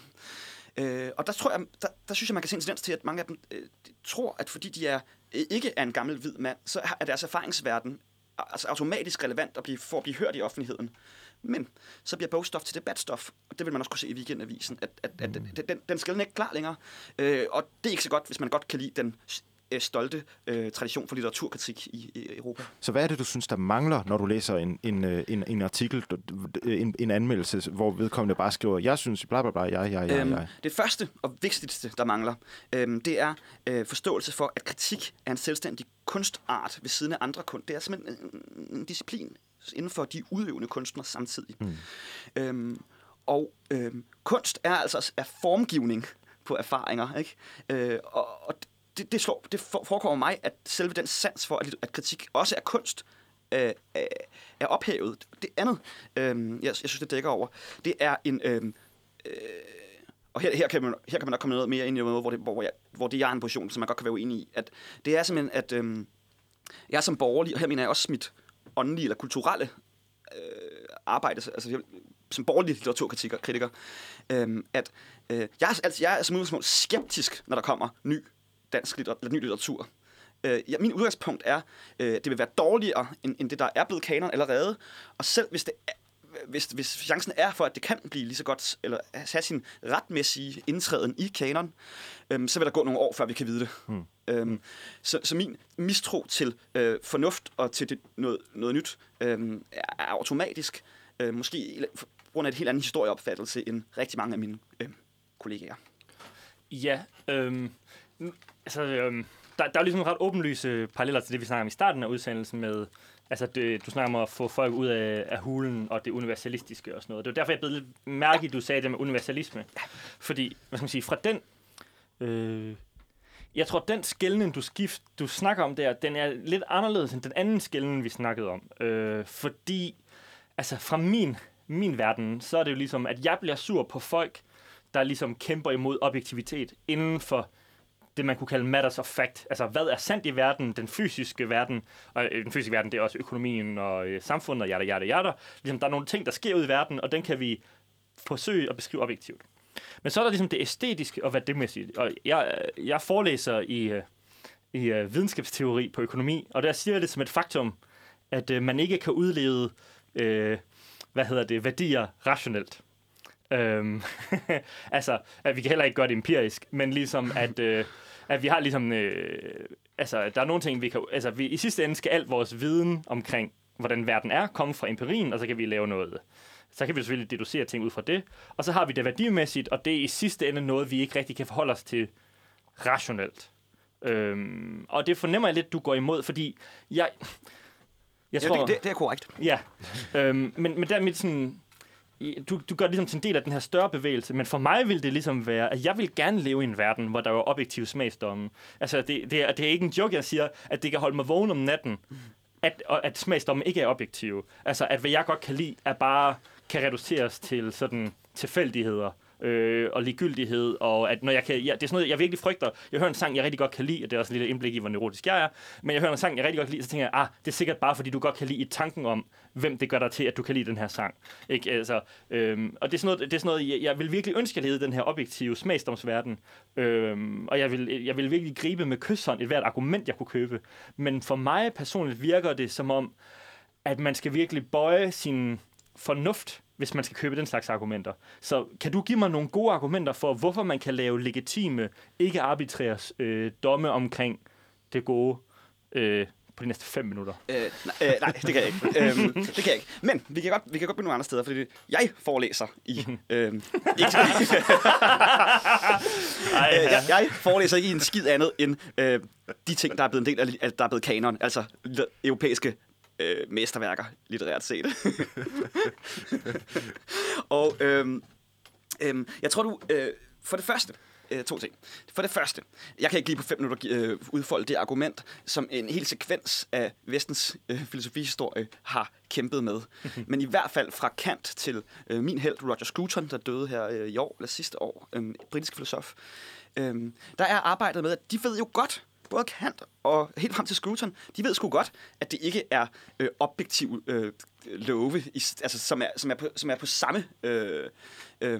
Øh, og der tror jeg, der, der synes jeg, man kan se en tendens til, at mange af dem øh, de tror, at fordi de er, øh, ikke er en gammel hvid mand, så er deres erfaringsverden altså automatisk relevant at blive, for at blive hørt i offentligheden. Men så bliver bogstof til debatstof, og det vil man også kunne se i Weekendavisen, at, at, at mm. den, den skal ikke klar længere. Øh, og det er ikke så godt, hvis man godt kan lide den øh, stolte øh, tradition for litteraturkritik i, i Europa. Så hvad er det, du synes, der mangler, når du læser en, en, en, en artikel, en, en anmeldelse, hvor vedkommende bare skriver, jeg synes, bla bla bla, jeg, jeg, jeg, øhm, jeg. Det første og vigtigste, der mangler, øhm, det er øh, forståelse for, at kritik er en selvstændig kunstart ved siden af andre kunst. Det er simpelthen en, en disciplin inden for de udøvende kunstnere samtidig. Mm. Øhm, og øhm, kunst er altså er formgivning på erfaringer, ikke? Øh, og, og det, det, slår, det forekommer mig, at selve den sans for, at, at kritik også er kunst, øh, er ophævet. Det andet, øh, jeg, jeg synes, det dækker over, det er en... Øh, øh, og her, her, kan man, her kan man nok komme noget mere ind i noget, hvor det, hvor, jeg, hvor det er en position, som man godt kan være uenig i. At det er simpelthen, at øh, jeg som borgerlig, og her mener jeg også mit åndelige eller kulturelle øh, arbejde, altså som borgerlig litteraturkritiker, øh, at øh, jeg, altså, jeg er som udgangspunkt skeptisk, når der kommer ny dansk litteratur, eller ny litteratur. Øh, ja, min udgangspunkt er, øh, det vil være dårligere, end, end det, der er blevet kanon allerede, og selv hvis det er, Hvis, hvis chancen er for, at det kan blive lige så godt, eller have sin retmæssige indtræden i kanon, øhm, så vil der gå nogle år, før vi kan vide det. Hmm. Øhm, hmm. så, så min mistro til øh, fornuft og til det, noget, noget nyt øh, er, er automatisk, øh, måske på grund af et helt andet historieopfattelse end rigtig mange af mine øh, kollegaer. Ja, øhm, altså, øhm, der, der er jo ligesom ret åbenlyse paralleller til det, vi snakker om i starten af udsendelsen med. Altså, det, du snakker om at få folk ud af, af hulen og det universalistiske og sådan noget. Det var derfor, jeg blev lidt mærke, at du sagde det med universalisme. Fordi, hvad skal man sige, fra den... Øh, jeg tror, den skelnen, du skift, du snakker om der, den er lidt anderledes end den anden skelnen, vi snakkede om. Øh, fordi, altså, fra min, min verden, så er det jo ligesom, at jeg bliver sur på folk, der ligesom kæmper imod objektivitet inden for det, man kunne kalde matters of fact. Altså, hvad er sandt i verden, den fysiske verden, og den fysiske verden, det er også økonomien og øh, samfundet, og jada, jada, jada. Ligesom, der er nogle ting, der sker ud i verden, og den kan vi forsøge at beskrive objektivt. Men så er der ligesom det æstetiske og værdimæssige. Og jeg, jeg forelæser i, i uh, videnskabsteori på økonomi, og der siger jeg det som et faktum, at uh, man ikke kan udlede uh, hvad hedder det, værdier rationelt. Øhm, altså, at vi kan heller ikke gøre det empirisk, men ligesom at, øh, at vi har ligesom, øh, altså, der er nogle ting, vi kan, altså, vi, i sidste ende skal alt vores viden omkring, hvordan verden er, komme fra empirien, og så kan vi lave noget. Så kan vi selvfølgelig deducere ting ud fra det, og så har vi det værdimæssigt, og det er i sidste ende noget, vi ikke rigtig kan forholde os til rationelt. Øhm, og det fornemmer jeg lidt, du går imod, fordi jeg, jeg tror... Ja, det, det, det er korrekt. Ja, øhm, men, men der er mit sådan... Du, du gør det ligesom til en del af den her større bevægelse, men for mig vil det ligesom være, at jeg vil gerne leve i en verden, hvor der er objektive smagsdomme. Altså, det, det, er, det er ikke en joke, jeg siger, at det kan holde mig vågen om natten, at, at smagsdomme ikke er objektive. Altså, at hvad jeg godt kan lide, er bare kan reduceres til sådan tilfældigheder øh, og ligegyldighed, og at når jeg kan, ja, det er sådan noget, jeg virkelig frygter. Jeg hører en sang, jeg rigtig godt kan lide, og det er også en lille indblik i, hvor neurotisk jeg er, men jeg hører en sang, jeg rigtig godt kan lide, så tænker jeg, ah, det er sikkert bare, fordi du godt kan lide i tanken om, hvem det gør dig til, at du kan lide den her sang. Ikke? Altså, øhm, og det er sådan noget, det er sådan noget jeg, jeg vil virkelig ønske, at lede den her objektive smagsdomsverden, øhm, og jeg vil, jeg vil virkelig gribe med kysshånd et hvert argument, jeg kunne købe. Men for mig personligt virker det som om, at man skal virkelig bøje sin fornuft, hvis man skal købe den slags argumenter. Så kan du give mig nogle gode argumenter for, hvorfor man kan lave legitime, ikke arbitrære øh, domme omkring det gode, øh, på de næste fem minutter. Øh, nej, øh, nej, det kan jeg ikke. øhm, det kan jeg ikke. Men vi kan godt, vi kan godt begynde nogle andre steder, fordi jeg forelæser i... øhm, ikke, Ej, øh, jeg, jeg forelæser ikke i en skid andet end øh, de ting, der er blevet en del af, der er blevet kanon, altså europæiske øh, mesterværker, litterært set. Og øhm, øhm, jeg tror du, øh, for det første, øh, to ting. For det første, jeg kan ikke lige på fem minutter øh, udfolde det argument, som en hel sekvens af vestens øh, filosofihistorie har kæmpet med. Men i hvert fald fra Kant til øh, min helt Roger Scruton, der døde her øh, i år, eller sidste år, øh, britisk filosof. Øh, der er arbejdet med, at de ved jo godt, både Kant og helt frem til Scruton, de ved sgu godt, at det ikke er øh, objektive øh, love, i, altså, som, er, som, er på, som er på samme øh, øh,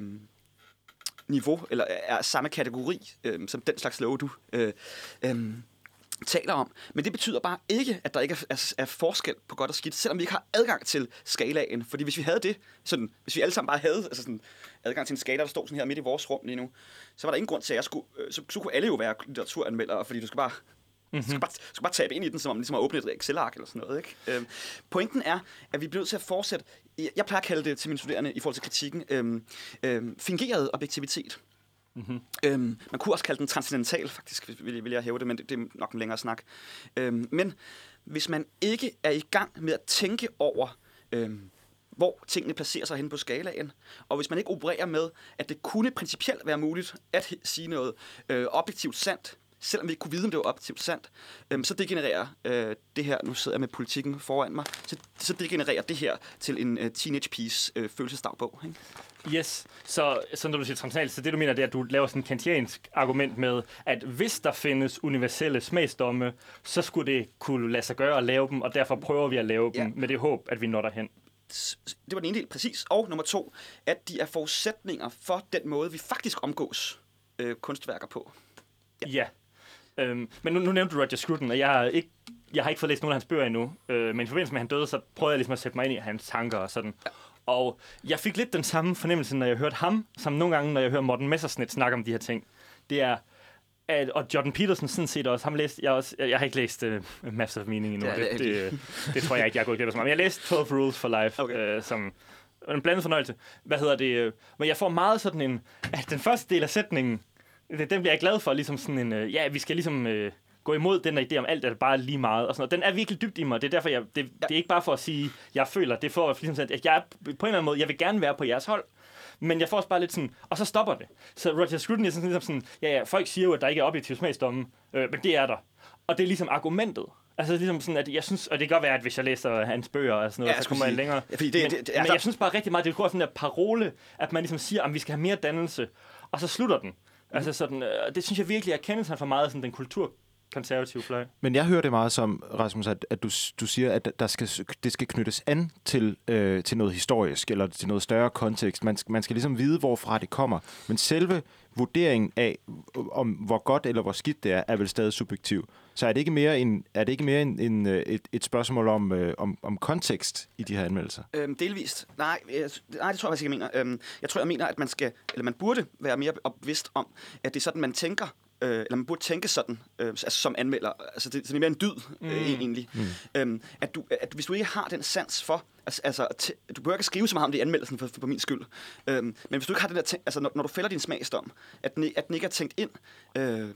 niveau, eller er samme kategori, øh, som den slags love, du øh, øh, taler om. Men det betyder bare ikke, at der ikke er, er, er forskel på godt og skidt, selvom vi ikke har adgang til skalaen. Fordi hvis vi havde det, sådan, hvis vi alle sammen bare havde altså sådan, adgang til en skala, der stod sådan her midt i vores rum lige nu, så var der ingen grund til, at jeg skulle, øh, så, så kunne alle jo være litteraturanmeldere, fordi du skal bare... Mm-hmm. Du skal bare, skal bare tabe ind i den, som om ligesom at åbne et Excel-ark eller sådan noget. Ikke? Øhm, pointen er, at vi bliver nødt til at fortsætte. Jeg plejer at kalde det til mine studerende i forhold til kritikken øhm, øhm, fingeret objektivitet. Mm-hmm. Øhm, man kunne også kalde den transcendental, faktisk, vil, vil jeg hæve det, men det, det er nok en længere snak. Øhm, men hvis man ikke er i gang med at tænke over, øhm, hvor tingene placerer sig hen på skalaen, og hvis man ikke opererer med, at det kunne principielt være muligt at sige noget øh, objektivt sandt, selvom vi ikke kunne vide, om det var objektivt sandt, øhm, så degenererer øh, det her, nu sidder jeg med politikken foran mig, så, så degenererer det her til en uh, teenage piece øh, følelsesdagbog. Ikke? Yes, så, så når du siger transcendental, så det du mener, det er, at du laver sådan en kantiansk argument med, at hvis der findes universelle smagsdomme, så skulle det kunne lade sig gøre at lave dem, og derfor prøver vi at lave dem, ja, med det håb, at vi når derhen. Det var den ene del, præcis. Og nummer to, at de er forudsætninger for den måde, vi faktisk omgås øh, kunstværker på. Ja. ja. Øhm, men nu, nu nævnte du Roger Scruton, og jeg har ikke, jeg har ikke fået læst nogen af hans bøger endnu. Øh, men i forbindelse med, at han døde, så prøvede jeg ligesom at sætte mig ind i hans tanker og sådan. Ja. Og jeg fik lidt den samme fornemmelse, når jeg hørte ham, som nogle gange, når jeg hører Morten Messerschmidt snakke om de her ting. Det er, at, og Jordan Peterson sådan set også, ham læste jeg også, jeg, jeg har ikke læst uh, Maps of Meaning endnu, ja, det, det, det, det tror jeg ikke, jeg er gået glip af så meget. Men jeg læste twelve Rules for Life, okay, øh, som en blandet fornøjelse. Hvad hedder det? Øh, men jeg får meget sådan en, at den første del af sætningen, den bliver jeg glad for, ligesom sådan en, øh, ja, vi skal ligesom øh, gå imod den der idé om alt, er bare lige meget, og sådan noget. Den er virkelig dybt i mig, det er derfor, jeg, det, ja. det er ikke bare for at sige, jeg føler, det er for at, ligesom, at jeg er, på en eller anden måde, jeg vil gerne være på jeres hold, men jeg får også bare lidt sådan, og så stopper det. Så Roger Scruton er sådan, ligesom sådan, ja, ja, folk siger jo, at der ikke er objektiv smagsdomme, øh, men det er der. Og det er ligesom argumentet. Altså ligesom sådan, at jeg synes, og det kan godt være, at hvis jeg læser hans bøger og sådan noget, ja, så kommer jeg længere. Ja, det, men, det, det, men jeg synes bare rigtig meget, det er sådan der parole, at man ligesom siger, at vi skal have mere dannelse, og så slutter den. Mm. Altså sådan, øh, det synes jeg virkelig er kendelsen for meget sådan den kulturkonservative fløj. Men jeg hører det meget som, Rasmus, at, at du, du siger, at der skal, det skal knyttes an til, øh, til noget historisk, eller til noget større kontekst. Man, man skal ligesom vide, hvorfra det kommer. Men selve vurderingen af, om hvor godt eller hvor skidt det er, er vel stadig subjektiv. Så er det ikke mere en, er det ikke mere en, en, et, et spørgsmål om, øh, om, om kontekst i de her anmeldelser? Øhm, delvist. Nej, jeg, nej, det tror jeg faktisk ikke, jeg mener. Øhm, jeg tror, jeg mener, at man skal, eller man burde være mere bevidst om, at det er sådan, man tænker, øh, eller man burde tænke sådan, øh, altså som anmelder. Altså det, det er mere en dyd, øh, mm. egentlig. Mm. Øhm, at, du, at hvis du ikke har den sans for, altså, altså t- du behøver ikke skrive så meget om det i anmeldelsen for, for, for min skyld. Øhm, men hvis du ikke har den der, tænk, altså når, når du fælder din smagsdom, at den, at den ikke er tænkt ind, øh,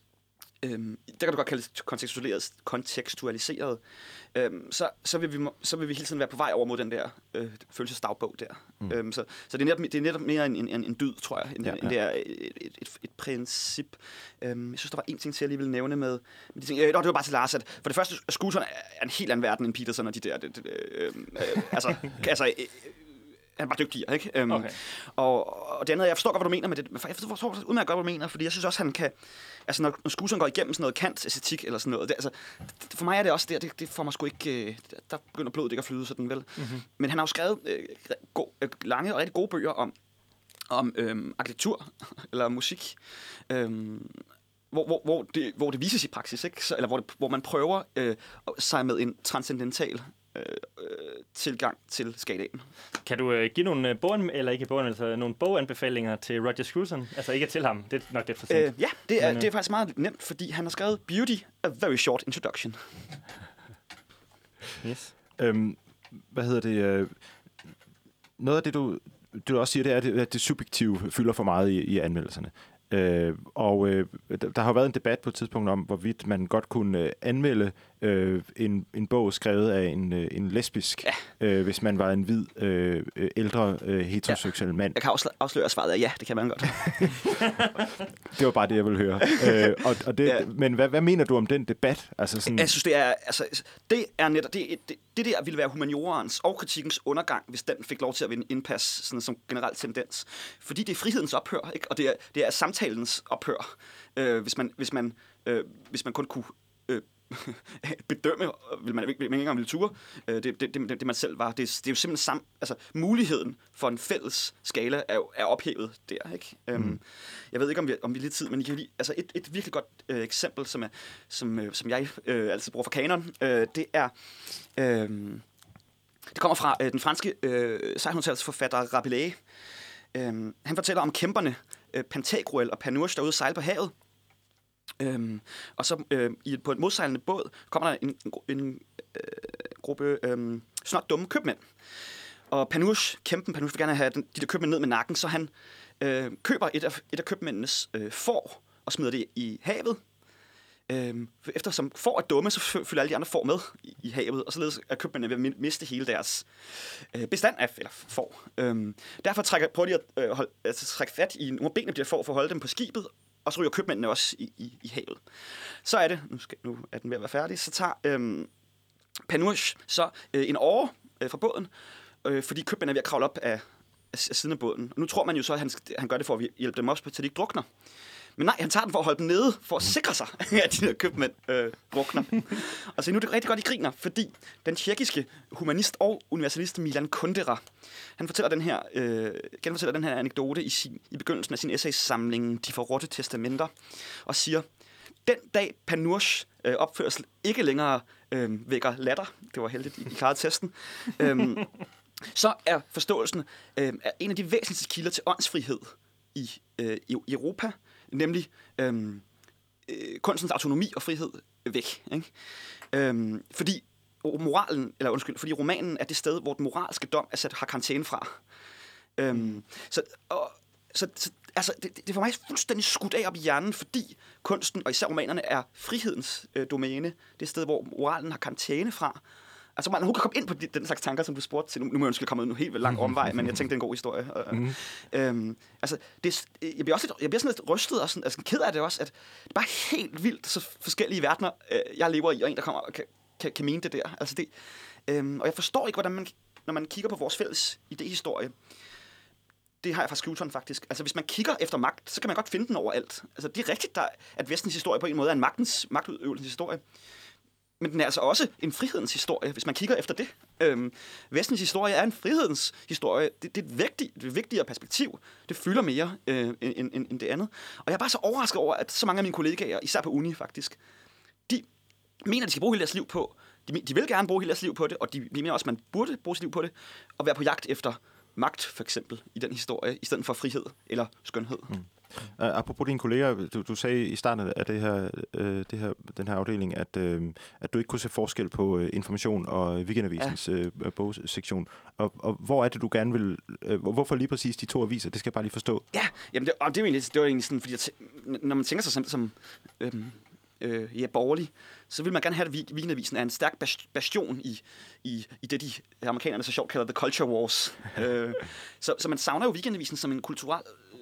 Øhm, der kan du godt kalde det kontekstualiseret, kontekstualiseret. Øhm, så, så, vil vi, så vil vi hele tiden være på vej over mod den der øh, følelsesdagbog der. Mm. Øhm, så så det, er netop, det er netop mere en, en, en dyd, tror jeg, end, ja, ja. end det er et, et, et, et princip. Øhm, jeg synes, der var en ting til, jeg lige ville nævne med, med de ting. Øh, det var bare til Lars, at for det første, Scruton er en helt anden verden end Peterson og de der. Det, det, øh, øh, altså, altså øh, han er bare dygtigere, ikke? Um, okay. og, og det andet, jeg forstår godt, hvad du mener med det. Jeg forstår udmærket godt, hvad du mener, fordi jeg synes også, han kan... Altså, når, når Scruton går igennem sådan noget Kant-æstetik eller sådan noget, det, altså, det, for mig er det også det, det, det får mig sgu ikke... Der begynder blodet ikke at flyde sådan, vel? Mm-hmm. Men han har jo skrevet øh, go, øh, lange og rigtig gode bøger om, om øh, arkitektur eller musik, øh, hvor, hvor, hvor, det, hvor det vises i praksis, ikke? Så, eller hvor, det, hvor man prøver øh, sig med en transcendental øh, tilgang til skalaen. Kan du øh, give nogle bogen eller ikke bogen, altså nogle boganbefalinger til Roger Scruton? Altså ikke til ham, det er nok lidt for sent. Øh, ja, det er, Men, øh... det er faktisk meget nemt, fordi han har skrevet Beauty, a very short introduction. Yes. Øhm, hvad hedder det? Øh, noget af det, du, du også siger, det er, at det subjektive fylder for meget i, i anmeldelserne. Øh, og øh, der har været en debat på et tidspunkt om, hvorvidt man godt kunne øh, anmelde øh, en, en bog skrevet af en, øh, en lesbisk, ja. øh, hvis man var en hvid, øh, ældre, øh, heteroseksuel ja. mand. Jeg kan afsløre, afsløre svaret af ja, det kan man godt. Det var bare det, jeg ville høre. øh, og, og det, ja. Men hvad, hvad mener du om den debat? Altså sådan... Jeg synes, det er, altså, det er netop, det, det, det der ville være humaniorens og kritikkens undergang, hvis den fik lov til at vinde indpas sådan som generel tendens. Fordi det er frihedens ophør, ikke? Og det er, det er samtalens ophør. Øh, hvis, man, hvis, man, øh, hvis man kun kunne øh, bedømme, vil man ikke engang ville ture, øh, det, det, det, det man selv var. Det, det er jo simpelthen sam, altså, muligheden for en fælles skala er, er ophævet der. Ikke? Mm. Øhm, jeg ved ikke, om vi, om vi er lidt tid, men I kan lige, altså et, et virkelig godt øh, eksempel, som, er, som, øh, som jeg øh, altid bruger for kanon, øh, det er... Øh, det kommer fra øh, den franske øh, sekstenhundredetalls forfatter Rabelais. Øh, han fortæller om kæmperne øh, Pantagruel og Panurge, der er ude at sejle på havet. Øhm, og så øh, i, på en modsejlende båd kommer der en, en, en øh, gruppe øh, snart dumme købmænd. Og Panurge, kæmpen Panurge, vil gerne have den, de der købmænd ned med nakken, så han øh, køber et af, et af købmændenes øh, får og smider det i havet. Øhm, eftersom får er dumme, så følger alle de andre får med i, i havet, og således er købmændene ved at miste hele deres øh, bestand af eller får. Øhm, derfor trækker, prøver de at øh, holde, altså, trække fat i nogle af benene, de får for at holde dem på skibet, og så ryger købmændene også i, i, i havet. Så er det, nu, skal, nu er den ved at være færdig, så tager øhm, Panurge så øh, en åre øh, fra båden, øh, fordi købmændene er ved at kravle op af, af, af siden af båden. Og nu tror man jo så, at han, han gør det for at hjælpe dem op, til de ikke drukner. Men nej, han tager den for at holde dem nede, for at sikre sig, at de der købmænd øh, drukner. Og så nu er det rigtig godt, I griner, fordi den tjekkiske humanist og universalist Milan Kundera, han fortæller den her, øh, genfortæller den her anekdote i, sin, i begyndelsen af sin essaysamling De forrådte testamenter, og siger, den dag Panurge øh, opførsel ikke længere øh, vækker latter, det var heldigt, I klarede testen, øh, så er forståelsen øh, er en af de væsentligste kilder til åndsfrihed i, øh, i Europa, nemlig øhm, øh, kunstens autonomi og frihed væk. Ikke? Øhm, fordi moralen, eller undskyld, fordi romanen er det sted, hvor den moralske dom er sat har karantæne fra. Øhm, så, og, så, så altså, det, det er for mig fuldstændig skudt af op i hjernen, fordi kunsten, og især romanerne, er frihedens øh, domæne. Det sted, hvor moralen har karantæne fra. Altså, man kan komme ind på den slags tanker, som du spurgte til. Nu, nu må jeg ønske, at komme ud en helt vildt lang omvej, men jeg tænkte, det er en god historie. Mm. Øhm, altså, det, jeg, bliver også lidt, jeg bliver sådan lidt rystet og sådan, altså, ked af det også, at det er bare helt vildt så forskellige verdener, øh, jeg lever i, og en, der kommer og kan, kan, kan mene det der. Altså, det, øhm, og jeg forstår ikke, hvordan man, når man kigger på vores fælles idéhistorie, det har jeg fra Skjulton faktisk. Altså, hvis man kigger efter magt, så kan man godt finde den overalt. Altså, det er rigtigt, der, at vestens historie på en måde er en magtens, magtudøvelsens historie. Men den er altså også en frihedens historie, hvis man kigger efter det. Øhm, Vestens historie er en frihedens historie. Det, det er et vigtigt, det er et vigtigere perspektiv. Det fylder mere øh, end, end, end det andet. Og jeg er bare så overrasket over, at så mange af mine kollegaer, især på uni faktisk, de mener, at de skal bruge hele deres liv på. De, de vil gerne bruge hele deres liv på det, og de, de mener også, at man burde bruge sit liv på det, og være på jagt efter magt, for eksempel, i den historie, i stedet for frihed eller skønhed. Mm. Uh, apropos dine kolleger, du, du sagde i starten af det her, uh, det her, den her afdeling, at, uh, at du ikke kunne se forskel på uh, information og Weekendavisens ja. uh, bogsektion. Og, og hvor er det, du gerne vil... Uh, hvorfor lige præcis de to aviser? Det skal jeg bare lige forstå. Ja, jamen det, og det, er egentlig, det var egentlig sådan, fordi jeg t- når man tænker sig som, som øhm, øh, ja, borgerlig, så vil man gerne have, at Weekendavisen er en stærk bastion i, i, i det, de amerikanerne så sjovt kalder the culture wars. uh, så, så man savner jo Weekendavisen som en kulturel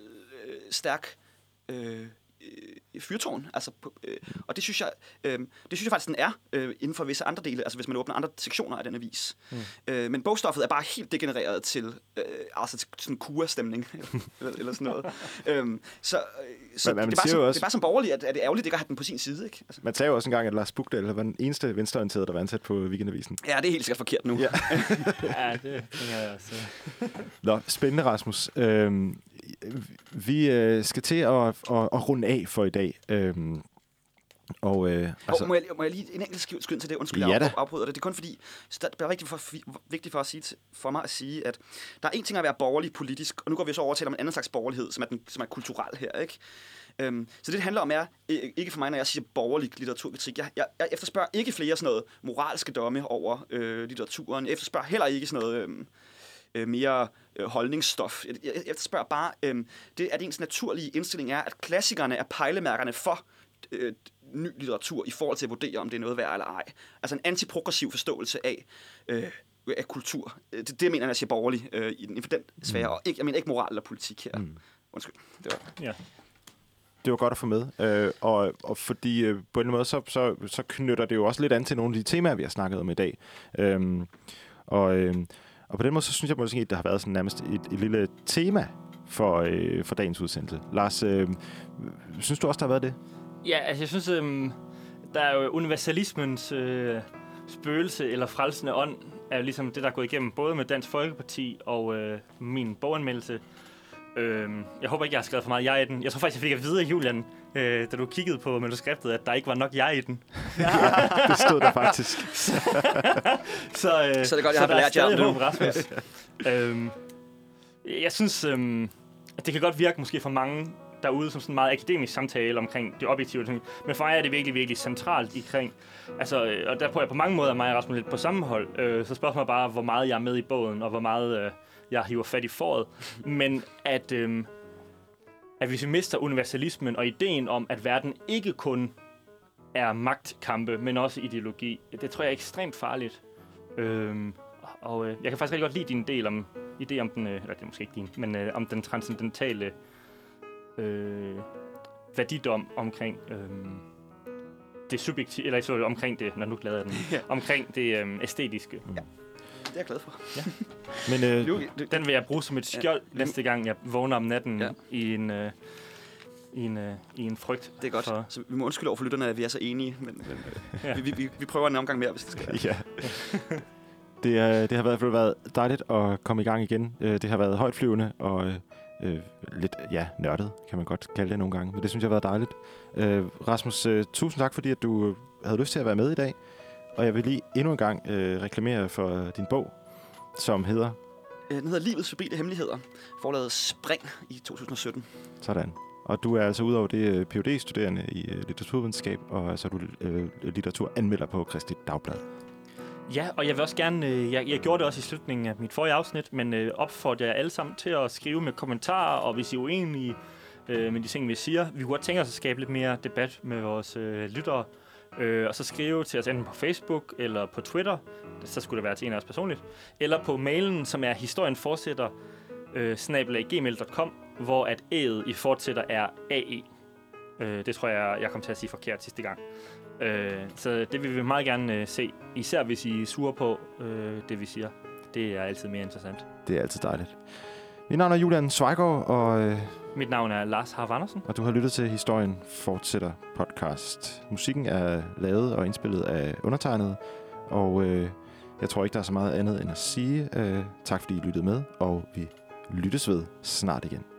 stærk øh, fyrtårn, altså, øh, og det synes jeg, øh, det synes jeg faktisk den er øh, inden for visse andre dele, altså hvis man åbner andre sektioner af den avis. Mm. Øh, men bogstoffet er bare helt degenereret til, øh, altså til sådan en kurestemning eller, eller sådan noget. øhm, så så men, det, er bare som, også, det er bare som borgerlig, at, at det er ærgerligt, at ikke har den på sin side, ikke? Altså. Man sagde jo også engang, at Lars Bukdal var den eneste venstreorienterede, der var ansat på Weekendavisen. Ja, det er helt sikkert forkert nu. Ja, ja det tænker jeg også. Nå, spændende, Rasmus. Øhm, vi øh, skal til at, at, at runde af for i dag. Øhm, Og, øh, altså, oh, må, jeg, må jeg lige en enkelt skyld til det? Undskyld, ja, jeg afbryder det. Det er kun fordi, det er vigtigt for, vigtigt for, at sige, for mig at sige, at der er en ting at være borgerlig politisk, og nu går vi så over til om en anden slags borgerlighed, som er, den, som er kulturel her, ikke? Um, så det, det handler om, er ikke for mig, når jeg siger borgerlig litteraturkritik. Jeg, jeg, jeg efterspørger ikke flere sådan noget moralske domme over øh, litteraturen. Jeg efterspørger heller ikke sådan noget øh, øh, mere øh, holdningsstof. Jeg, jeg efterspørger bare, øh, det, at ens naturlige indstilling er, at klassikerne er pejlemærkerne for øh, ny litteratur i forhold til at vurdere, om det er noget værd eller ej. Altså en antiprogressiv forståelse af, øh, af kultur. Det, det mener jeg, når jeg siger borgerlig øh, inden for den sfære. Mm. Og ikke, jeg mener ikke moral eller politik her. Mm. Undskyld. Det var... Ja. Det var godt at få med, øh, og, og fordi øh, på en måde, så, så, så knytter det jo også lidt an til nogle af de temaer, vi har snakket om i dag. Øhm, og, øh, og på den måde, så synes jeg måske, at det har været sådan nærmest et, et lille tema for, øh, for dagens udsendelse. Lars, øh, synes du også, der har været det? Ja, altså jeg synes, øh, der er jo universalismens øh, spøgelse eller frelsende ånd, er jo ligesom det, der er gået igennem både med Dansk Folkeparti og øh, min boganmeldelse. Øhm, jeg håber ikke, jeg har skrevet for meget jeg i den. Jeg tror faktisk, jeg fik at vide, Julian, øh, da du kiggede på manuskriptet, at der ikke var nok jeg i den. Ja, det stod der faktisk. så, så, øh, så det er godt, jeg så har der er belært jer stadig nu. håb, Rasmus. øhm, jeg synes, øhm, at det kan godt virke måske for mange derude som sådan en meget akademisk samtale omkring det objektive. Men for mig er det virkelig, virkelig centralt ikring. Altså, øh, og der prøver jeg på mange måder mig og Rasmus lidt på samme hold. Øh, så spørgsmålet bare, hvor meget jeg er med i båden, og hvor meget... Øh, jeg hiver fat i foret, men at, øhm, at hvis vi mister universalismen og ideen om, at verden ikke kun er magtkampe, men også ideologi, det tror jeg er ekstremt farligt. Øhm, og øh, jeg kan faktisk rigtig godt lide din del om, idé om den, øh, eller det er måske ikke din, men øh, om den transcendentale øh, værdidom omkring øh, det subjektive, eller så omkring det, når nu glæder jeg den, ja. omkring det øh, æstetiske. Ja. Det er jeg glad for. Ja. Men, øh, nu, den vil jeg bruge som et skjold ja. næste gang, jeg vågner om natten ja. i, en, øh, i, en, øh, i en frygt. Det er godt. For... Så vi må undskylde over for lytterne, at vi er så enige, men, men ja. vi, vi, vi prøver en omgang mere, hvis det skal. Ja. det, er, det har været, været dejligt at komme i gang igen. Det har været højtflyvende og øh, lidt ja, nørdet, kan man godt kalde det nogle gange. Men det synes jeg har været dejligt. Øh, Rasmus, øh, tusind tak, fordi at du havde lyst til at være med i dag. Og jeg vil lige endnu en gang øh, reklamere for din bog, som hedder... Den hedder Livets subtile hemmeligheder, forlaget Spring i to tusind og sytten. Sådan. Og du er altså udover det P H D-studerende i øh, litteraturvidenskab, og så er du øh, litteraturanmelder på Kristi Dagblad. Ja, og jeg vil også gerne... Øh, jeg, jeg gjorde det også i slutningen af mit forrige afsnit, men øh, opfordrer jer alle sammen til at skrive med kommentarer, og hvis I er uenige øh, med de ting, vi siger. Vi kunne godt tænke os at skabe lidt mere debat med vores øh, lyttere. Øh, og så skrive til os enten på Facebook eller på Twitter, så skulle det være til en af os personligt, eller på mailen, som er historienfortsætter øh, snabel-a gmail punktum com, hvor at æget i fortsætter er A E. Øh, det tror jeg, jeg kom til at sige forkert sidste gang. Øh, så det vil vi meget gerne øh, se, især hvis I er sure på øh, det, vi siger. Det er altid mere interessant. Det er altid dejligt. Mit navn er Julian Zweigård, og... Øh Mit navn er Lars Harf Andersen. Og du har lyttet til Historien Fortsætter podcast. Musikken er lavet og indspillet af undertegnet, og øh, jeg tror ikke, der er så meget andet end at sige. Øh, tak fordi I lyttede med, og vi lyttes ved snart igen.